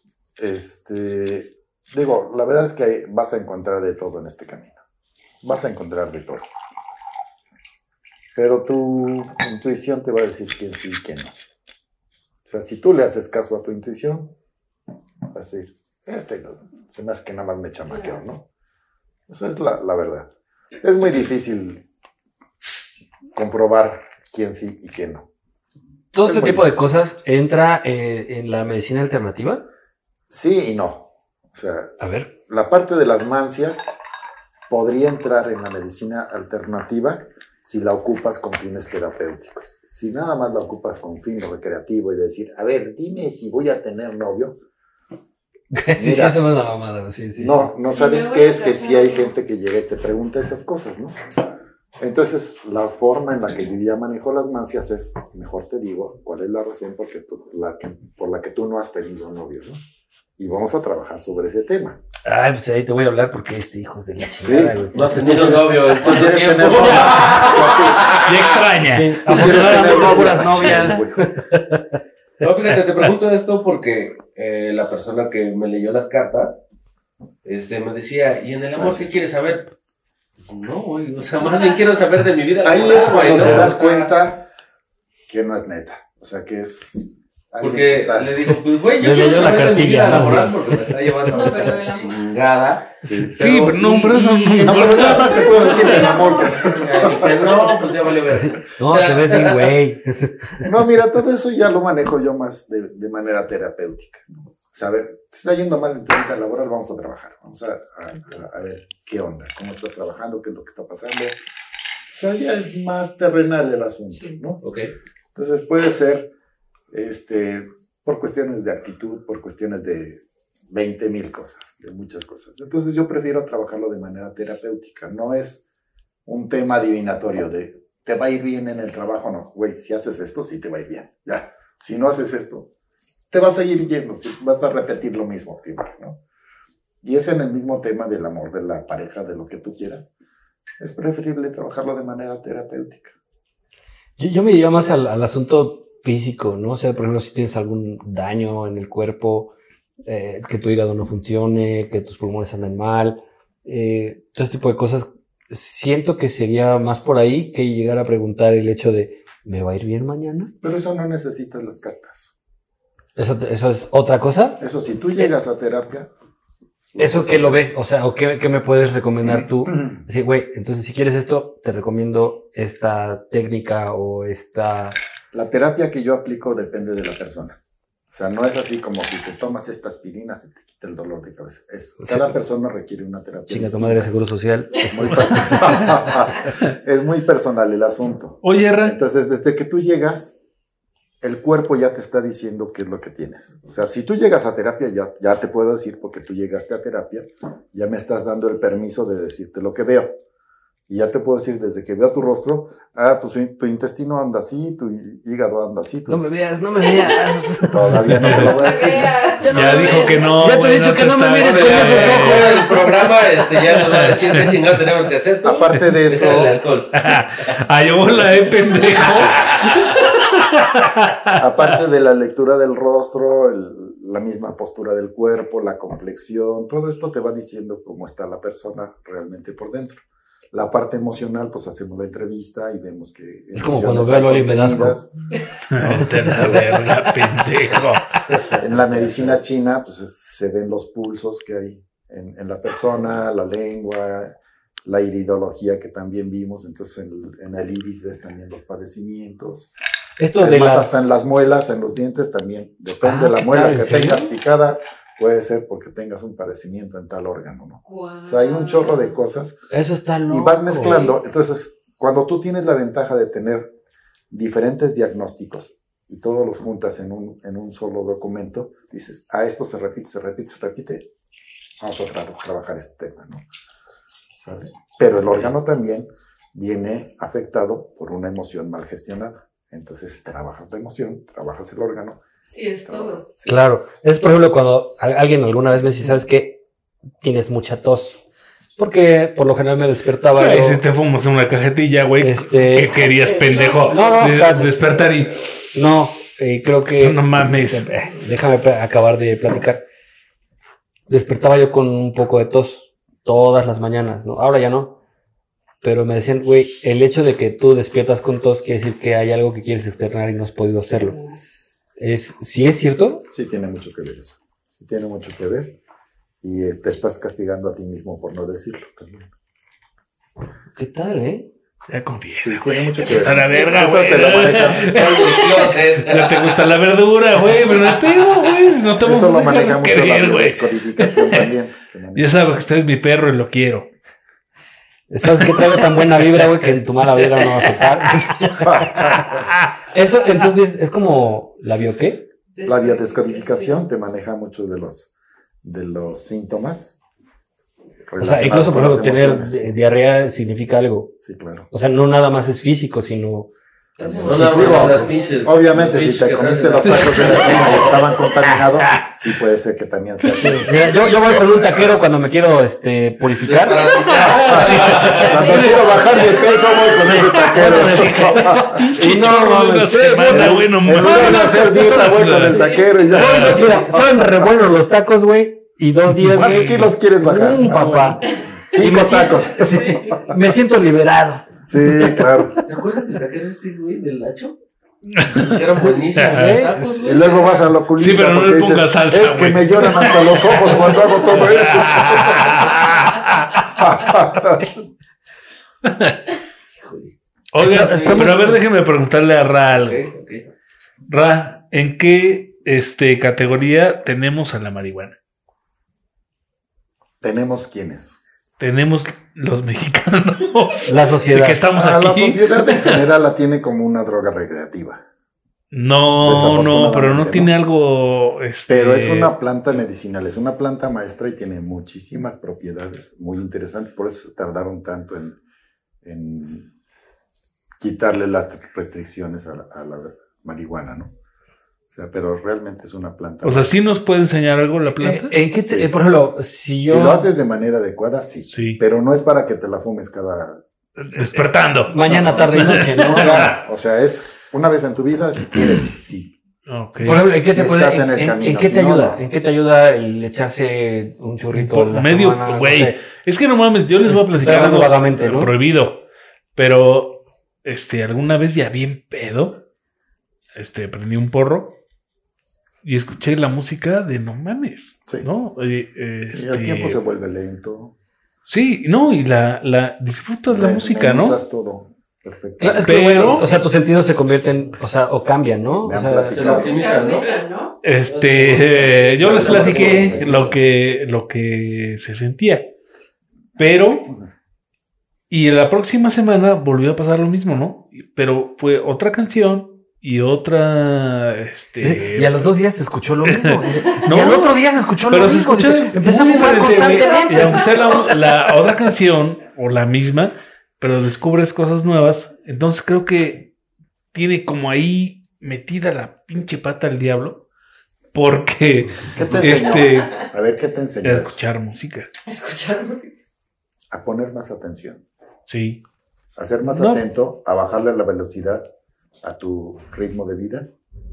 Digo, la verdad es que vas a encontrar de todo en este camino. Vas a encontrar de todo. Pero tu intuición te va a decir quién sí y quién no. O sea, si tú le haces caso a tu intuición, vas a decir, se me hace que nada más me chamaqueo, ¿no? Esa es la verdad. Es muy difícil comprobar quién sí y quién no. Todo Es este muy tipo de difícil. cosas entra en la medicina alternativa. Sí y no. O sea, A ver. la parte de las mancias podría entrar en la medicina alternativa si la ocupas con fines terapéuticos. Si nada más la ocupas con fin recreativo y de decir, a ver, dime si voy a tener novio. Sí, Mira, eso es una mamada. Sí. No Sí, sabes me voy qué a es que casar. sí hay gente que llega y te pregunta esas cosas, ¿no? Entonces, la forma en la que yo ya manejo las mancias es, mejor te digo, cuál es la razón por la que tú no has tenido novio, ¿no? Y vamos a trabajar sobre ese tema. Ay, pues ahí te voy a hablar porque hijos de la Sí. chingada, güey. No has tenido novio en Tú cuánto quieres tiempo. tener novio. O sea, Y extraña. Sí, tú quieres tener novio. puras novias. No, fíjate, te pregunto esto porque la persona que me leyó las cartas, me decía, ¿y en el amor Gracias. qué quieres saber? Pues no, güey, o sea, más bien quiero saber de mi vida Ahí laboral, es cuando güey, te ¿no? das O sea, cuenta que no es neta. O sea, que es alguien que porque está... le digo, pues güey, yo Le quiero leyó la saber de mi cartilla, vida ¿no? laboral porque me está llevando No, ahorita pero la el amor. chingada. Sí. Sí, pero no, eso no. No, pero nada más te puedo decir el amor. Dije, no, pues ya valió ver. No, te ves bien, güey. No, mira, todo eso ya lo manejo yo más de manera terapéutica, ¿no? O sea, a ver, te está yendo mal en tu vida laboral, vamos a trabajar. Vamos a ver qué onda, cómo estás trabajando, qué es lo que está pasando. O sea, ya es más terrenal el asunto, ¿no? Ok. Entonces puede ser por cuestiones de actitud, por cuestiones de 20,000 cosas, de muchas cosas. Entonces yo prefiero trabajarlo de manera terapéutica. No es un tema adivinatorio de te va a ir bien en el trabajo, no. Güey, si haces esto, sí te va a ir bien. Ya. Si no haces esto, te vas a ir yendo, vas a repetir lo mismo, ¿no? Y es en el mismo tema del amor, de la pareja, de lo que tú quieras. Es preferible trabajarlo de manera terapéutica. Yo me iría más al asunto físico, ¿no? O sea, por ejemplo, si tienes algún daño en el cuerpo, que tu hígado no funcione, que tus pulmones anden mal, todo este tipo de cosas, siento que sería más por ahí que llegar a preguntar el hecho de, ¿me va a ir bien mañana? Pero eso no necesitas las cartas. ¿Eso es otra cosa? Eso, si tú llegas a terapia... ¿Eso qué lo ve? O sea, ¿o qué me puedes recomendar tú? Sí, güey, entonces si quieres esto, te recomiendo esta técnica o esta... La terapia que yo aplico depende de la persona. O sea, no es así como si te tomas esta aspirina se te quita el dolor de cabeza. Cada persona requiere una terapia. Chinga tu distinta. madre, Seguro Social. Es muy personal. Es muy personal el asunto. Oye, Ra, Entonces, desde que tú llegas, el cuerpo ya te está diciendo qué es lo que tienes. O sea, si tú llegas a terapia, ya te puedo decir, porque tú llegaste a terapia, ya me estás dando el permiso de decirte lo que veo. Y ya te puedo decir, desde que veo tu rostro, pues tu intestino anda así, tu hígado anda así. No me veas. Todavía no te lo voy a decir. ya dijo que no. Ya te he güey, dicho que no me está- mires Bueno, con ya, esos ojos. ya el programa ya nos va a decir qué chingado tenemos que hacer. ¿Tú? Aparte de eso, Deja el alcohol. Ay, hola, pendejo. aparte de la lectura del rostro, la misma postura del cuerpo, la complexión, todo esto te va diciendo cómo está la persona realmente por dentro. La parte emocional, pues hacemos la entrevista y vemos que... Es como cuando emociones veo a hay Loli Velasco. contenidas. Vete a la verga, pendejo. En la medicina china, pues se ven los pulsos que hay en la persona, la lengua, la iridología que también vimos. Entonces, en el iris ves también los padecimientos. Esto Es de más, las... hasta en las muelas, en los dientes también. Depende de la ¿qué muela tal? que ¿En serio? tengas picada, puede ser porque tengas un padecimiento en tal órgano, ¿no? Guau. O sea, hay un chorro de cosas Eso está loco. y vas mezclando. Entonces, cuando tú tienes la ventaja de tener diferentes diagnósticos y todos los juntas en un solo documento, dices, esto se repite, vamos a trabajar este tema, ¿no? ¿Vale? Pero el órgano también viene afectado por una emoción mal gestionada. Entonces, trabajas la emoción, trabajas el órgano. Sí, es todo. Sí. Claro. Es, por ejemplo, cuando alguien alguna vez me dice, ¿sabes qué? Tienes mucha tos. Porque por lo general me despertaba. Ahí yo, sí te fumas una cajetilla, güey. ¿Qué querías, es pendejo? No, espérate. Despertar y... No, creo que... No mames. Déjame acabar de platicar. Despertaba yo con un poco de tos todas las mañanas, ¿no? Ahora ya no. Pero me decían, güey, el hecho de que tú despiertas con tos quiere decir que hay algo que quieres externar y no has podido hacerlo. ¿Sí es cierto? Sí tiene mucho que ver eso. Sí tiene mucho que ver. Y te estás castigando a ti mismo por no decirlo también. ¿Qué tal, Ya Sí, confiesa, tiene güey. mucho que ver. A la verga, Eso güey. te lo maneja, Soy de closet. Ya te gusta la verdura, güey. Pero no pedo, güey. No te vamos eso a lo dejar maneja mucho la creer, güey. biodescodificación también. Ya sabes que usted es mi perro y lo quiero. ¿Sabes qué traigo tan buena vibra, güey, que en tu mala vibra no va a afectar? Eso, entonces, es como la bio qué? La biodescodificación te maneja muchos de los síntomas. O sea, incluso, por ejemplo, tener emociones. diarrea significa algo. Sí, claro. O sea, no nada más es físico, sino... No, Sí, no, digo, no, las pinches- obviamente, los si pinches te que comiste traen los la- tacos de la esquina y estaban contaminados, sí puede ser que también sea así. Mira, yo voy con un taquero cuando me quiero purificar. Cuando quiero bajar de peso, voy con ese taquero. Y no, Una mames, semana, güey, no En lugar de mames. hacer dieta, voy con el taquero y ya. mira, son re buenos los tacos, güey. Y 2 días, ¿Cuántos güey. kilos quieres bajar? Papá. Y 5 me siento- tacos. sí, me siento liberado. Sí, claro. ¿Te acuerdas del taquero güey, del Nacho? Que eran buenísimos Ajá. los tacos, Y güey. luego vas al oculista Sí, pero no porque le dices, pongas salsa, es que güey. me lloran hasta los ojos cuando hago todo eso. Oiga, Estamos- pero a ver, déjeme preguntarle a Ra algo. Ok. Ra, ¿en qué categoría tenemos a la marihuana? Tenemos quienes. Tenemos los mexicanos. La De sociedad. que estamos La aquí. sociedad en general la tiene como una droga recreativa. No, Desafortunadamente, pero no ¿no? tiene algo. Pero es una planta medicinal, es una planta maestra y tiene muchísimas propiedades muy interesantes. Por eso tardaron tanto en quitarle las restricciones a la marihuana, ¿no? O sea, pero realmente es una planta. O sea, ¿sí nos puede enseñar algo la planta? ¿En qué por ejemplo, si yo... Si lo haces de manera adecuada, sí. Sí. Pero no es para que te la fumes cada... Despertando. Mañana, tarde y noche, ¿no? No, claro. O sea, es una vez en tu vida, si quieres, sí. Ok. Por ejemplo, ¿en qué Si te puede, estás en el en camino, qué si te no, ayuda? no. ¿En qué te ayuda el echarse un churrito Por a la medio, semana? güey. No sé. Es que no mames, yo les voy a Estoy platicar hablando algo vagamente, ¿no? prohibido. Pero, alguna vez ya bien pedo, prendí un porro y escuché la música de no mames, Sí. ¿no? Y el tiempo se vuelve lento. Sí, no, y la disfrutas la música, ¿no? Desmenuzas todo. Perfecto. Claro, es que, Pero- bueno, o sea, tus sentidos se convierten, o sea, o cambian, ¿no? Me O han sea, platicado. Se agudizan, ¿no? Yo les platiqué lo que se sentía. Pero, y la próxima semana volvió a pasar lo mismo, ¿no? Pero fue otra canción y otra, y a los 2 días se escuchó lo mismo. No, y al otro día se escuchó pero lo se mismo. escucha Dice, empecé a muy fumar diferente, constantemente. y aunque sea la otra canción o la misma, pero descubres cosas nuevas. Entonces creo que tiene como ahí metida la pinche pata el diablo, porque ¿Qué te enseñó? A ver, ¿qué te enseñó? eso? escuchar música. Escuchar música. A poner más atención. Sí. A ser más No. atento, a bajarle la velocidad a tu ritmo de vida,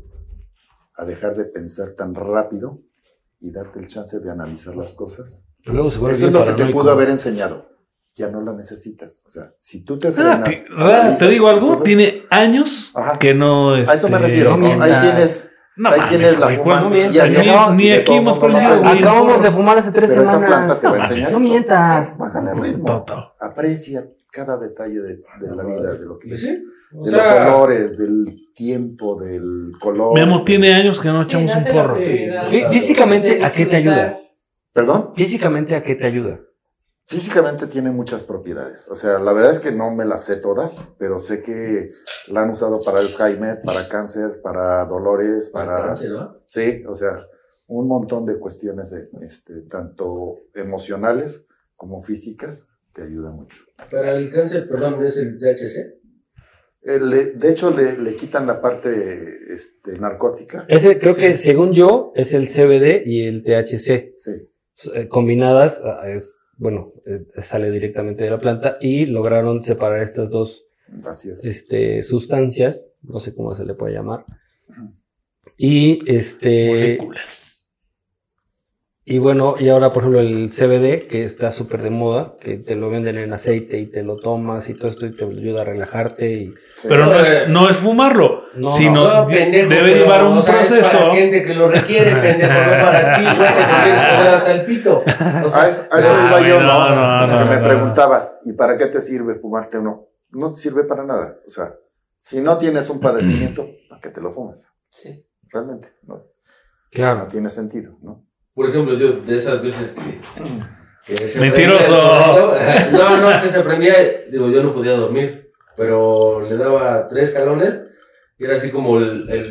a dejar de pensar tan rápido y darte el chance de analizar las cosas. Pero luego se vuelve Eso es bien lo que te paranoico. pudo haber enseñado. Ya no la necesitas. O sea, si tú te Ah, frenas... te analizas digo algo, todo, tiene años Ajá. que no. a eso me refiero. no ¿no? Hay mientas. quienes, No hay mames, quienes la güey, fuman no y mientas, así, no, ni y de aquí todo hemos mundo la prendido, aprende. güey. Acabamos de fumar hace 3 Pero esa semanas. planta te va a No enseñar No eso. mientas. Bájale el ritmo. Toto. Aprecia cada detalle de la vida, de lo que Sí, o de sea, los olores, del tiempo, del color. Memo tiene años que no Sí, echamos un date la porro. prioridad. Físicamente, De ¿a qué te disfrutar. ayuda? ¿Perdón? Físicamente, ¿a qué te ayuda? Físicamente tiene muchas propiedades. O sea, la verdad es que no me las sé todas, pero sé que la han usado para Alzheimer, para cáncer, para dolores, para cáncer, ¿no? Sí, o sea, un montón de cuestiones tanto emocionales como físicas te ayuda mucho. Para el cáncer, perdón, es el THC. De hecho, le quitan la parte narcótica. Ese, creo que según yo, es el CBD y el THC. Sí, Combinadas, sale directamente de la planta y lograron separar estas dos así es. sustancias, no sé cómo se le puede llamar. Y Moléculas. y bueno, y ahora por ejemplo el CBD, que está súper de moda, que te lo venden en aceite y te lo tomas y todo esto y te ayuda a relajarte y Sí. Pero no es fumarlo, No, sino No, pendejo, debe pero, llevar un o sea, es proceso. para gente que lo requiere, pendejo, no para ti, güey, que te quieres poner hasta el pito. O sea, A eso iba yo, no, Porque me no. preguntabas, ¿y para qué te sirve fumarte uno? No te sirve para nada. O sea, si no tienes un padecimiento, ¿para qué te lo fumas? Sí. Realmente, no claro. tiene sentido, ¿no? por ejemplo, yo de esas veces que se Mentiroso. prendía el porrito, no, que se prendía, digo, yo no podía dormir, pero le daba 3 jalones y era así como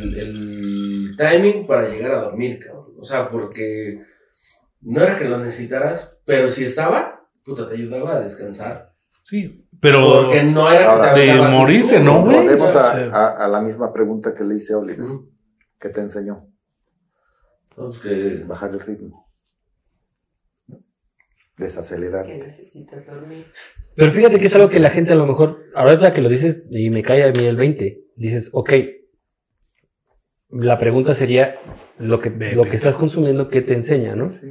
el timing para llegar a dormir, cabrón. O sea, porque no era que lo necesitaras, pero si estaba, puta, te ayudaba a descansar. Sí, pero Porque no era que Ahora, te de aventabas un morirte, churro, ¿no, güey? Volvemos Sí. a la misma pregunta que le hice a Oliver. Ujú. ¿Qué te enseñó? No, pues que Bajar el ritmo. Que Desacelerarte. necesitas dormir. Pero fíjate que es algo que la gente a lo mejor, ahora que lo dices y me cae a mí el 20, dices, ok, la pregunta sería lo que estás consumiendo, ¿qué te enseña, no? Sí.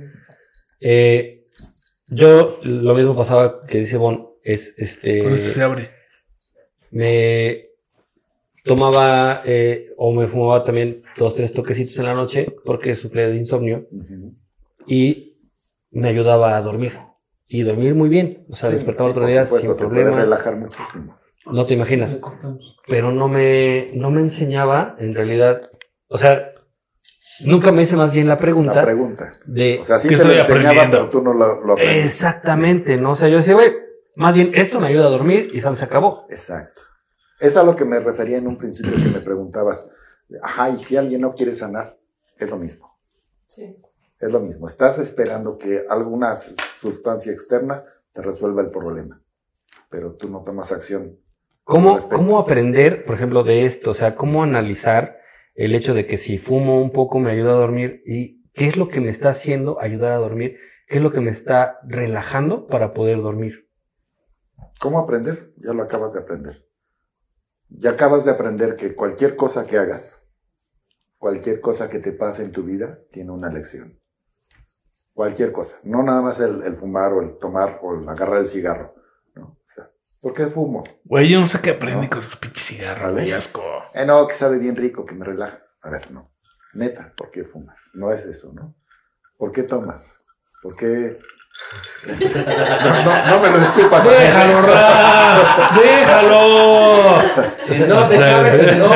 Yo, lo mismo pasaba que dice Bon, es Por eso se abre. me tomaba o me fumaba también 2-3 toquecitos en la noche porque sufría de insomnio Ujú. y me ayudaba a dormir. Y dormir muy bien. O sea, Sí, despertaba sí, otro por día supuesto, sin te puede problema. relajar muchísimo. No te imaginas. Pero no me enseñaba, en realidad. O sea, nunca me hice más bien la pregunta. La pregunta. De O sea, sí ¿Qué te lo estoy enseñaba, aprendiendo? pero tú no lo aprendiste. exactamente, ¿no? O sea, yo decía, güey, más bien esto me ayuda a dormir y se acabó. Exacto. Es a lo que me refería en un principio que me preguntabas. Ajá, y si alguien no quiere sanar, es lo mismo. Sí. Es lo mismo. Estás esperando que alguna sustancia externa te resuelva el problema. Pero tú no tomas acción. ¿Cómo, al respecto. ¿Cómo aprender, por ejemplo, de esto? O sea, ¿cómo analizar el hecho de que si fumo un poco me ayuda a dormir? ¿Y qué es lo que me está haciendo ayudar a dormir? ¿Qué es lo que me está relajando para poder dormir? ¿Cómo aprender? Ya lo acabas de aprender. Ya acabas de aprender que cualquier cosa que hagas, cualquier cosa que te pase en tu vida, tiene una lección. Cualquier cosa. No nada más el fumar o el tomar o el agarrar el cigarro. ¿No? O sea, ¿por qué fumo? Güey, yo no sé qué aprende No. con los pinches cigarros. ¿Sale? Qué asco. No, que sabe bien rico, que me relaja. A ver, no. neta, ¿por qué fumas? No es eso, ¿no? ¿Por qué tomas? ¿Por qué? No me lo disculpas. ¡Déjalo, Ra! ¡Déjalo! Si no te cabe, no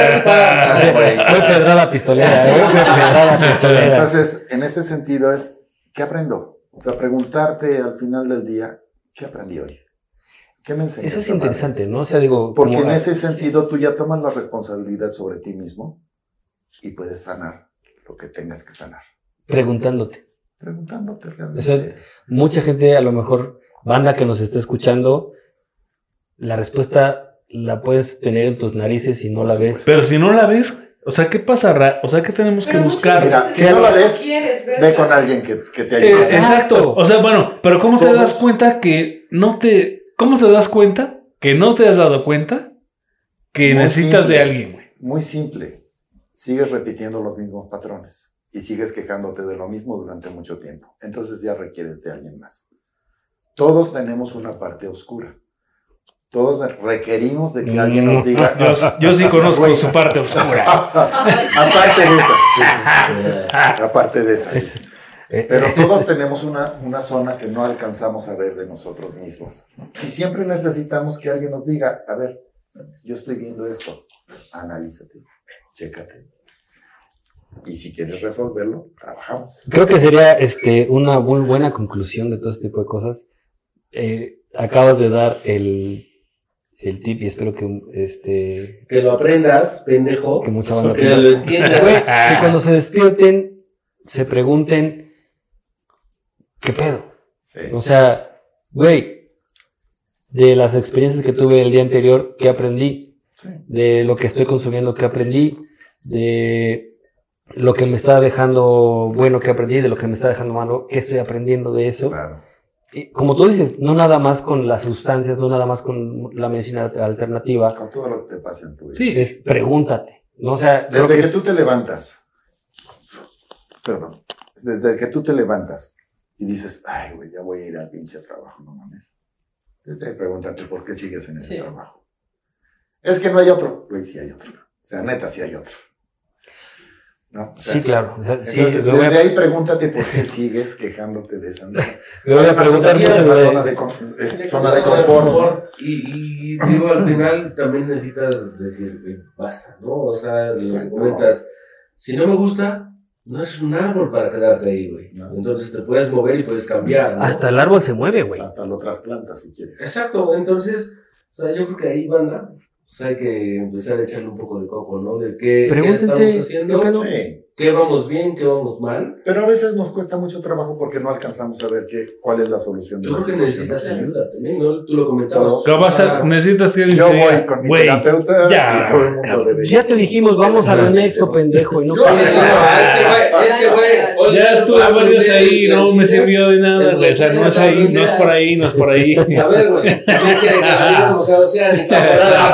Fue pedrada pistolera, fue pedrada pistolera. Entonces, en ese sentido es, ¿qué aprendo? O sea, preguntarte al final del día, ¿qué aprendí hoy? ¿Qué me enseñó? Eso es interesante, ¿no? O sea, digo... Porque como- en ese sentido tú ya tomas la responsabilidad sobre ti mismo y puedes sanar lo que tengas que sanar. Preguntándote. Preguntándote O realmente. sea, mucha gente, a lo mejor, banda que nos está escuchando, la respuesta la puedes tener en tus narices y no la ves. Pero si no la ves, o sea, ¿qué pasa, Ra? O sea, ¿qué tenemos que Pero buscar? muchas Mira, veces si no la ves, quieres verla. Ve con alguien que te ayude. Exacto. O sea, bueno, pero ¿cómo te Todos- das cuenta que no te... ¿Cómo te das cuenta que no te has dado cuenta que Muy necesitas simple. de alguien, güey? Muy simple. Sigues repitiendo los mismos patrones y sigues quejándote de lo mismo durante mucho tiempo. Entonces ya requieres de alguien más. Todos tenemos una parte oscura. Todos requerimos de que alguien nos diga. Yo sí conozco Güey. su parte oscura. Aparte de esa, sí. Aparte de esa. Pero todos tenemos una zona que no alcanzamos a ver de nosotros mismos. Y siempre necesitamos que alguien nos diga, a ver, yo estoy viendo esto, analízate, chécate. Y si quieres resolverlo, trabajamos. Creo que sería una muy buena conclusión de todo este tipo de cosas. Acabas de dar el tip y espero que Que lo aprendas, pendejo. que mucha banda Que lo entiendas. Güey, que cuando se despierten se pregunten ¿qué pedo? Sí. O sea, güey, de las experiencias que tuve el día anterior, ¿qué aprendí? Sí. De lo que estoy consumiendo, ¿qué aprendí? De lo que me está dejando bueno, ¿qué aprendí? De lo que me está dejando malo, ¿qué estoy aprendiendo de eso? Claro. Y como tú dices, no nada más con las sustancias, no nada más con la medicina alternativa, Con todo lo que te pasa en tu vida. Sí, es pregúntate, ¿no? O sea, creo Desde que es- tú te levantas, desde que tú te levantas y dices, ay, güey, ya voy a ir al pinche trabajo, no mames. Desde ahí pregúntate por qué sigues en ese Sí. trabajo. Es que no hay otro. Güey, sí hay otro. O sea, neta, sí hay otro. ¿No? O sea, Sí, claro. O sea, sí, Entonces, me voy a- desde ahí pregúntate por qué sigues quejándote de esa manera. me voy a preguntar Hay una cosa que mucho es la de- zona de confort. Y digo, al final también necesitas decir, güey, basta, ¿no? O sea, lo que Exacto. comentas, si no me gusta, no eres un árbol para quedarte ahí, güey. No. Entonces te puedes mover y puedes cambiar, ¿no? Hasta el árbol se mueve, güey. Hasta lo trasplantas si quieres. Exacto, entonces, o sea, yo creo que ahí, banda, pues hay que empezar a echarle un poco de coco, ¿no? De qué Pregúntense, estamos ¿qué haciendo, pedo? Sí. qué vamos bien, qué vamos mal. Pero a veces nos cuesta mucho trabajo porque no alcanzamos a ver cuál es la solución de Yo la creo que situación. necesitas ayuda también, ¿no? Tú lo comentabas. Todos. ¿Qué va a O sea, ser? Necesitas que alguien Yo te diga, voy con mi güey, terapeuta ya, y todo el mundo debe ir. Ya te dijimos, vamos al anexo, pendejo, y no Yo, sabes este nada. güey, Ya estuve varios ahí, no me chicas. sirvió de nada, güey. O sea, no es ahí, no es por ahí, no es por ahí. A ver, güey, ¿qué quiere que le diga como sea oceánica?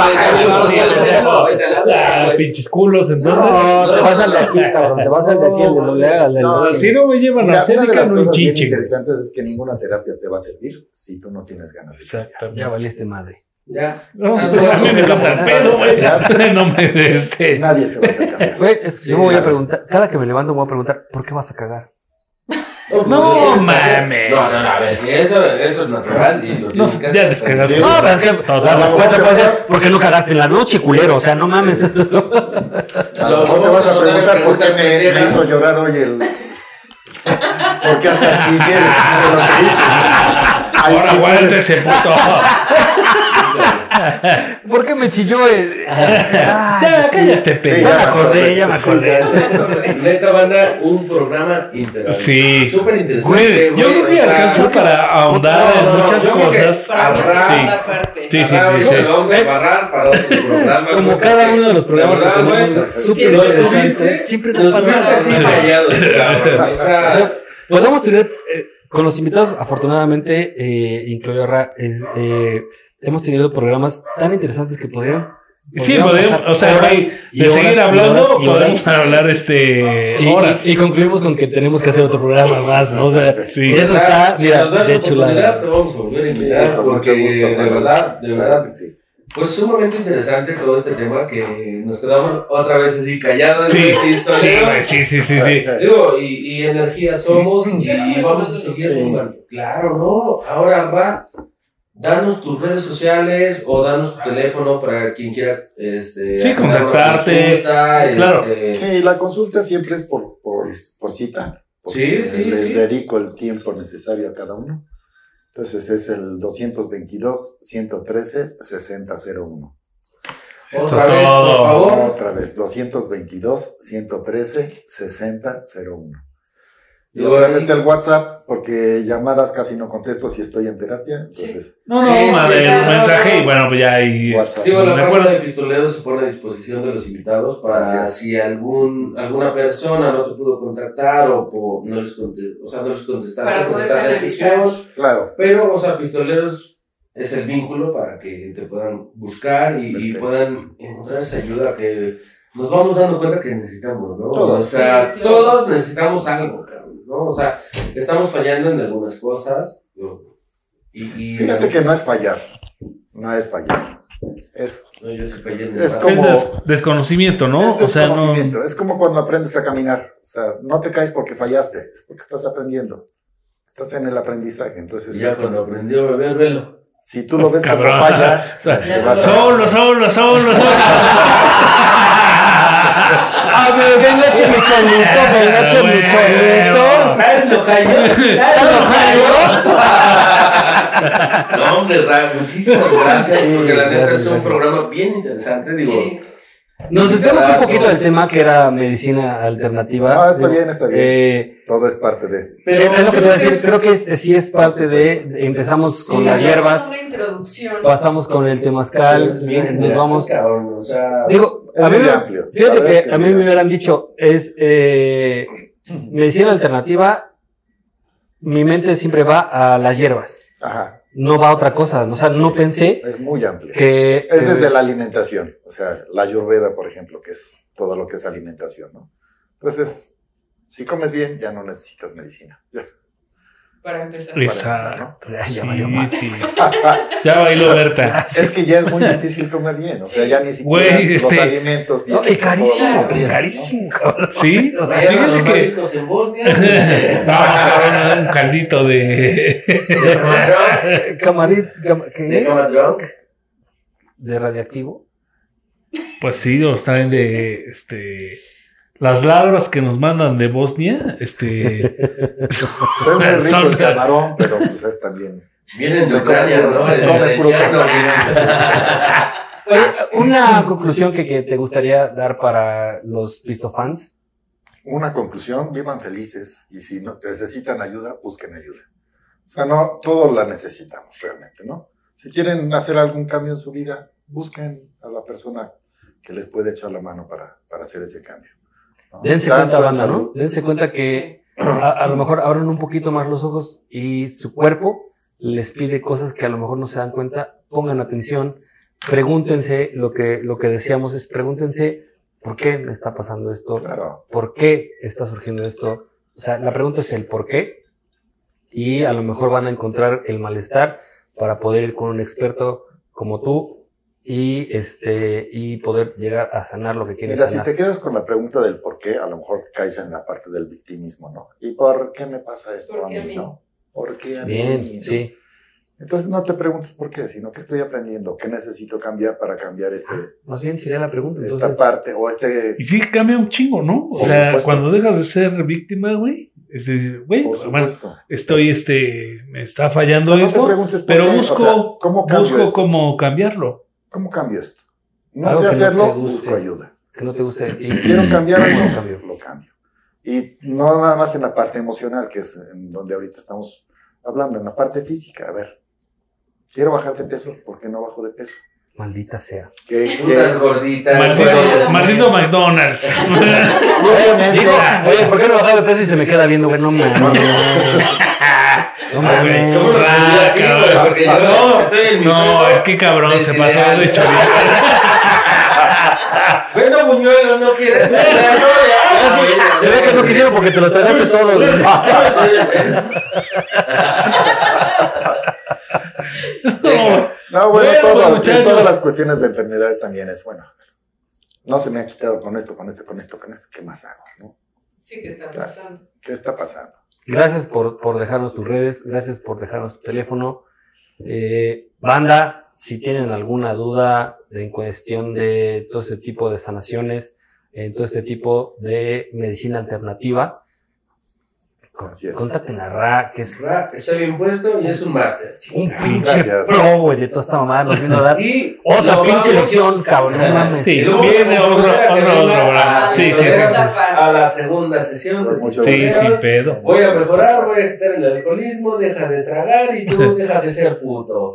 Ah, pinches culos, entonces. No, te vas al de aquí, cabrón, te vas al de aquí, el de doble A, al del No, Si no me llevan Mira, a una de Célica, las no hay cosas bien chiche. interesantes es que ninguna terapia te va a servir si tú no tienes ganas de cambiar. Exactamente. Ya valiste madre. Ya. No, a mí me encanta el pedo, güey. No me Nadie te va a hacer cambiar. Güey, yo me voy a preguntar, cada que me levanto me voy a preguntar, ¿por qué vas a cagar? No mames. No, a ver, eso es natural y lo No, tienes que ya hacer. descargaste. Sí. No, pero es que la respuesta puede ser, ¿por qué no cagaste en la noche, culero? O sea, no mames. A lo mejor te vas a preguntar por qué me hizo llorar hoy el... ¿Por qué hasta chillé de lo que hice? Ahí Ahora sí aguántese, puto. ¿Por qué me chilló el...? Ya, cállate, Sí, pendejo. Ya me acordé, ya me Sí, acordé. Neta, banda, un programa interesante. Sí. Súper interesante. Güey, yo creo que alcanza para ahondar en muchas yo creo que cosas. Para mí es Arra- segunda parte. Sí, sí, Ajá, sí, ahorita sí. lo vamos a barrar para otros programas. Como güey, cada porque, uno de los programas de que verdad, tenemos, güey, súper nos interesantes, tuviste- siempre nos da para tuviste así nada. callados, cabrón. O O sea, sea, podemos tener, con los invitados, afortunadamente, incluyo a Ra, hemos tenido programas tan interesantes que podrían... Sí, podemos, o sea, güey, y de horas seguir y hablando, horas y horas. podemos hablar horas. Y concluimos con que tenemos que hacer otro programa más, ¿no? O sea, Sí. eso está, si mira, nos das de oportunidad, chulada. te vamos a volver a Sí, invitar, con porque mucho gusto. de verdad, Claro que sí. fue sumamente interesante todo este tema que nos quedamos otra vez así callados. Sí, pistoleros. sí. Digo, y energía somos y vamos a seguir. Sí. Claro, no. Ahora, Ra, danos tus redes sociales o danos tu teléfono para quien quiera Sí, agendar una contactarte. consulta, Claro. Sí, la consulta siempre es por cita. Porque Sí, les sí. dedico el tiempo necesario a cada uno. Entonces es el 222-113-6001. Otra Eso vez, todo. por favor. Otra vez, 222-113-6001. Y Luego a ahí- través del WhatsApp, porque llamadas casi no contesto si estoy en terapia. Entonces, No, Sí, madre, sí, un claro. mensaje y bueno, pues ya ahí. WhatsApp. Digo, la Me página acuerdo. de Pistoleros se pone a disposición de los invitados para Gracias. si alguna persona no te pudo contactar o no les contestaste Para porque poder estás en canalizar. sesión. Claro, Pero, o sea, Pistoleros es el vínculo para que te puedan buscar y Perfecto. puedan encontrar esa ayuda que nos vamos dando cuenta que necesitamos, ¿no? Todos. O sea, Sí, claro. todos necesitamos algo, cabrón, ¿no? O sea, estamos fallando en algunas cosas. Y fíjate que no es fallar. No es fallar. Es No, yo sí fallé en el Es pasado. como- Desconocimiento, ¿no? Es O sea, no. desconocimiento. Es como cuando aprendes a caminar. O sea, no te caes porque fallaste, es porque estás aprendiendo. Estás en el aprendizaje. Entonces, Y ya cuando aprendió a beber velo. si tú lo ves como Cabrón. falla, O sea, Ya no Solo. A ver, venga, mi cholito, venga, mi cholito. No, hombre, Ra, muchísimas gracias. Sí, porque la neta gracias, es un gracias. programa bien interesante. Digo, Sí. Nos desviamos un poquito del tema que era medicina alternativa. Ah, está bien, está bien. todo es parte de. pero Es lo que te voy a decir, es- creo que sí es parte empezamos con Sí, las es hierbas, una introducción. pasamos con el temazcal, Sí, es bien nos general, vamos. cabrón, o sea, Digo, Es a mí muy me- amplio. La fíjate verdad es que que a mí muy me hubieran dicho, es medicina alternativa, mi mente siempre va a las hierbas, Ajá, no va a otra cosa, o sea, no pensé es muy amplio. que... Es desde la alimentación. O sea, la ayurveda, por ejemplo, que es todo lo que es alimentación, ¿no? Entonces, si comes bien, ya no necesitas medicina. Ya. Para empezar. Exacto. Ay, ya Sí, valió madre. sí. Ya bailó Berta. Es que ya es muy difícil comer bien. O sea, ya ni siquiera Güey, los alimentos No, vienen y carísimo, por nutrientes, ¿no? carísimo, cabrón. Sí, vayan a los fíjate que. mariscos en Bosnia. No, cabrón, un caldito de. De camarón. De camarón. ¿De radiactivo? Pues sí, los traen de. Las larvas que nos mandan de Bosnia, Soy muy rico Son- el camarón, pero pues es también. Vienen de Se come Ucrania, puros, ¿no? come puros Esencial, contaminantes. Oye, una conclusión que te gustaría dar para los pistofans. Una conclusión, vivan felices y si no necesitan ayuda, busquen ayuda. O sea, no todos la necesitamos realmente, ¿no? Si quieren hacer algún cambio en su vida, busquen a la persona que les puede echar la mano para hacer ese cambio, ¿no? Dense Tanto cuenta, en banda, ¿no? salud. Dense cuenta que a lo mejor abran un poquito más los ojos y su cuerpo les pide cosas que a lo mejor no se dan cuenta. Pongan atención, pregúntense, lo que decíamos es pregúntense ¿por qué me está pasando esto? Claro. ¿Por qué está surgiendo esto? O sea, la pregunta es el por qué y a lo mejor van a encontrar el malestar para poder ir con un experto como tú y poder llegar a sanar lo que quieres Mira, si sanar. te quedas con la pregunta del por qué, a lo mejor caes en la parte del victimismo, ¿no? ¿Y por qué me pasa esto ¿Por a qué mí, a mí? no? ¿Por qué a mí? Bien, ¿no? sí. Entonces no te preguntes por qué, sino qué estoy aprendiendo, qué necesito cambiar para cambiar Más bien sería la pregunta. esta Entonces, parte o este... Y sí cambia un chingo, ¿no? O Por sea, supuesto. cuando dejas de ser víctima, güey, güey, Por bueno, supuesto. estoy, me está O fallando sea, no te eso, preguntes por pero qué, busco, o sea, ¿cómo cambio busco esto? cómo cambiarlo. ¿Cómo cambio esto? No Algo sé que no hacerlo, te guste. busco ayuda. que no te guste de ti. Quiero cambiar Lo algo, cambio. lo cambio. Y no nada más en la parte emocional, que es en donde ahorita estamos hablando, en la parte física. A ver, quiero bajar de peso, ¿por qué no bajo de peso? Maldita sea. Putas gorditas. Maldito McDonald's. Y obviamente, Oye, ¿por qué no bajar de peso y se me queda viendo, güey? No mames. No mames. ¿Cómo lo aprendí a ti, güey? Porque yo No, estoy en mi no, peso es que cabrón, se desideal. pasó de chorizo. Bueno, Buñuelo, no quieres. Se ve que no quisieron porque te los tragaste todos. güey. No, No, bueno, Bueno, muchachos. todas las cuestiones de enfermedades también es, bueno, no se me ha quitado con esto, ¿qué más hago? ¿No? Sí, que está pasando. ¿Qué está pasando? Gracias por dejarnos tus redes, gracias por dejarnos tu teléfono. Banda, si tienen alguna duda en cuestión de todo este tipo de sanaciones, en todo este tipo de medicina alternativa, Así es. contácten a Ra, que es Está bien puesto y es un máster. un pinche Gracias. pro, güey, de toda esta mamada. Nos vino a dar Y otra lo pinche vamos- lección, cabrón. No mames. Sí, y lo vamos a viene otro comprometer a que venga programa. a Sí, sí, la sí. a la segunda sesión. Con mucho Sí, gusto. sin pedo. Voy a mejorar, voy a quitar el alcoholismo, deja de tragar y tú deja de ser puto.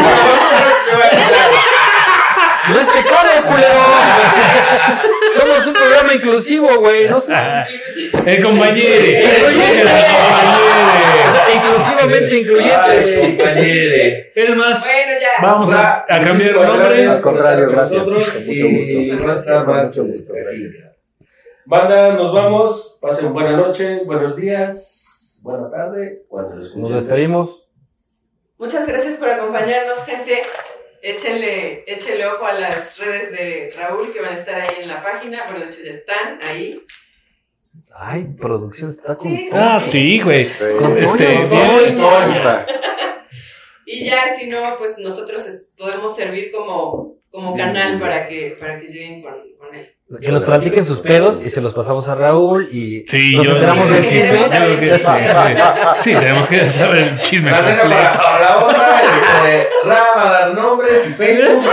No es pecado, culero. Somos un programa inclusivo, güey. No sé. El compañero. Incluyente. El O sea, inclusivamente incluyente. Es más, Bueno, ya. vamos a cambiar el Muchísimas nombre. gracias Al contrario, por estar con gracias. nosotros Con mucho gusto. y no está Con más. mucho gusto, gracias. Banda, nos vamos. Pasen buena noche, buenos días, buena tarde. Cuando lo Nos escuchen. despedimos. Muchas gracias por acompañarnos, gente. Échenle ojo a las redes de Raúl que van a estar ahí en la página. Bueno, de hecho ya están ahí. Ay, producción está con Sí, Ah, sí, güey. Con Este, Toño, bien. Toño. Ahí está. Y ya, si no, pues nosotros podemos servir como canal para que lleguen con él. Que nos platiquen sus pedos y se los pasamos a Raúl y Sí, nos yo enteramos sí, del sí, chisme. queremos saber el chisme. Sí, tenemos que saber el chisme La neta, completo. para la otra, Ra va a dar nombres y Facebook.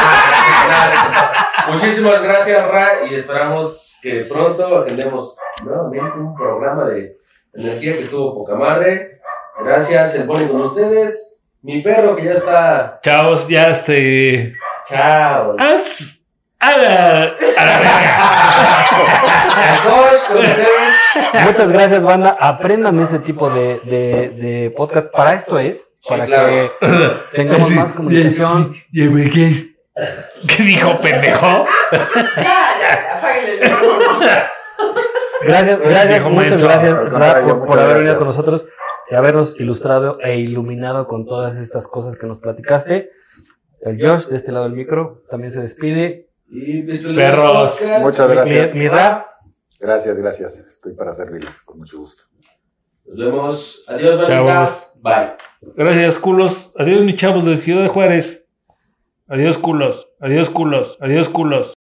Muchísimas gracias, Ra, y esperamos que pronto agendemos nuevamente un programa de energía que estuvo poca madre. Gracias, el poli con ustedes. Mi perro que ya está. Chavos, ya Chao. A la verga. Con ustedes. Muchas gracias, banda. Aprendan este tipo de podcast. Para esto es, Sí, para claro. que tengamos más comunicación. Y güey, ¿qué dijo, pendejo? Ya, apáguenle el micrófono. Gracias, Viejo muchas maestro. gracias, Al Ra, contrario, por muchas haber venido gracias. con nosotros y habernos ilustrado e iluminado con todas estas cosas que nos platicaste. El Josh, de este lado del micro, también se despide. Y Perros. Muchas gracias. Mi Ra, Gracias. Estoy para servirles con mucho gusto. Nos vemos. Adiós, bandita. Chavos. Bye. Gracias, culos. Adiós, mis chavos de Ciudad de Juárez. Adiós, culos. Adiós, culos. Adiós, culos.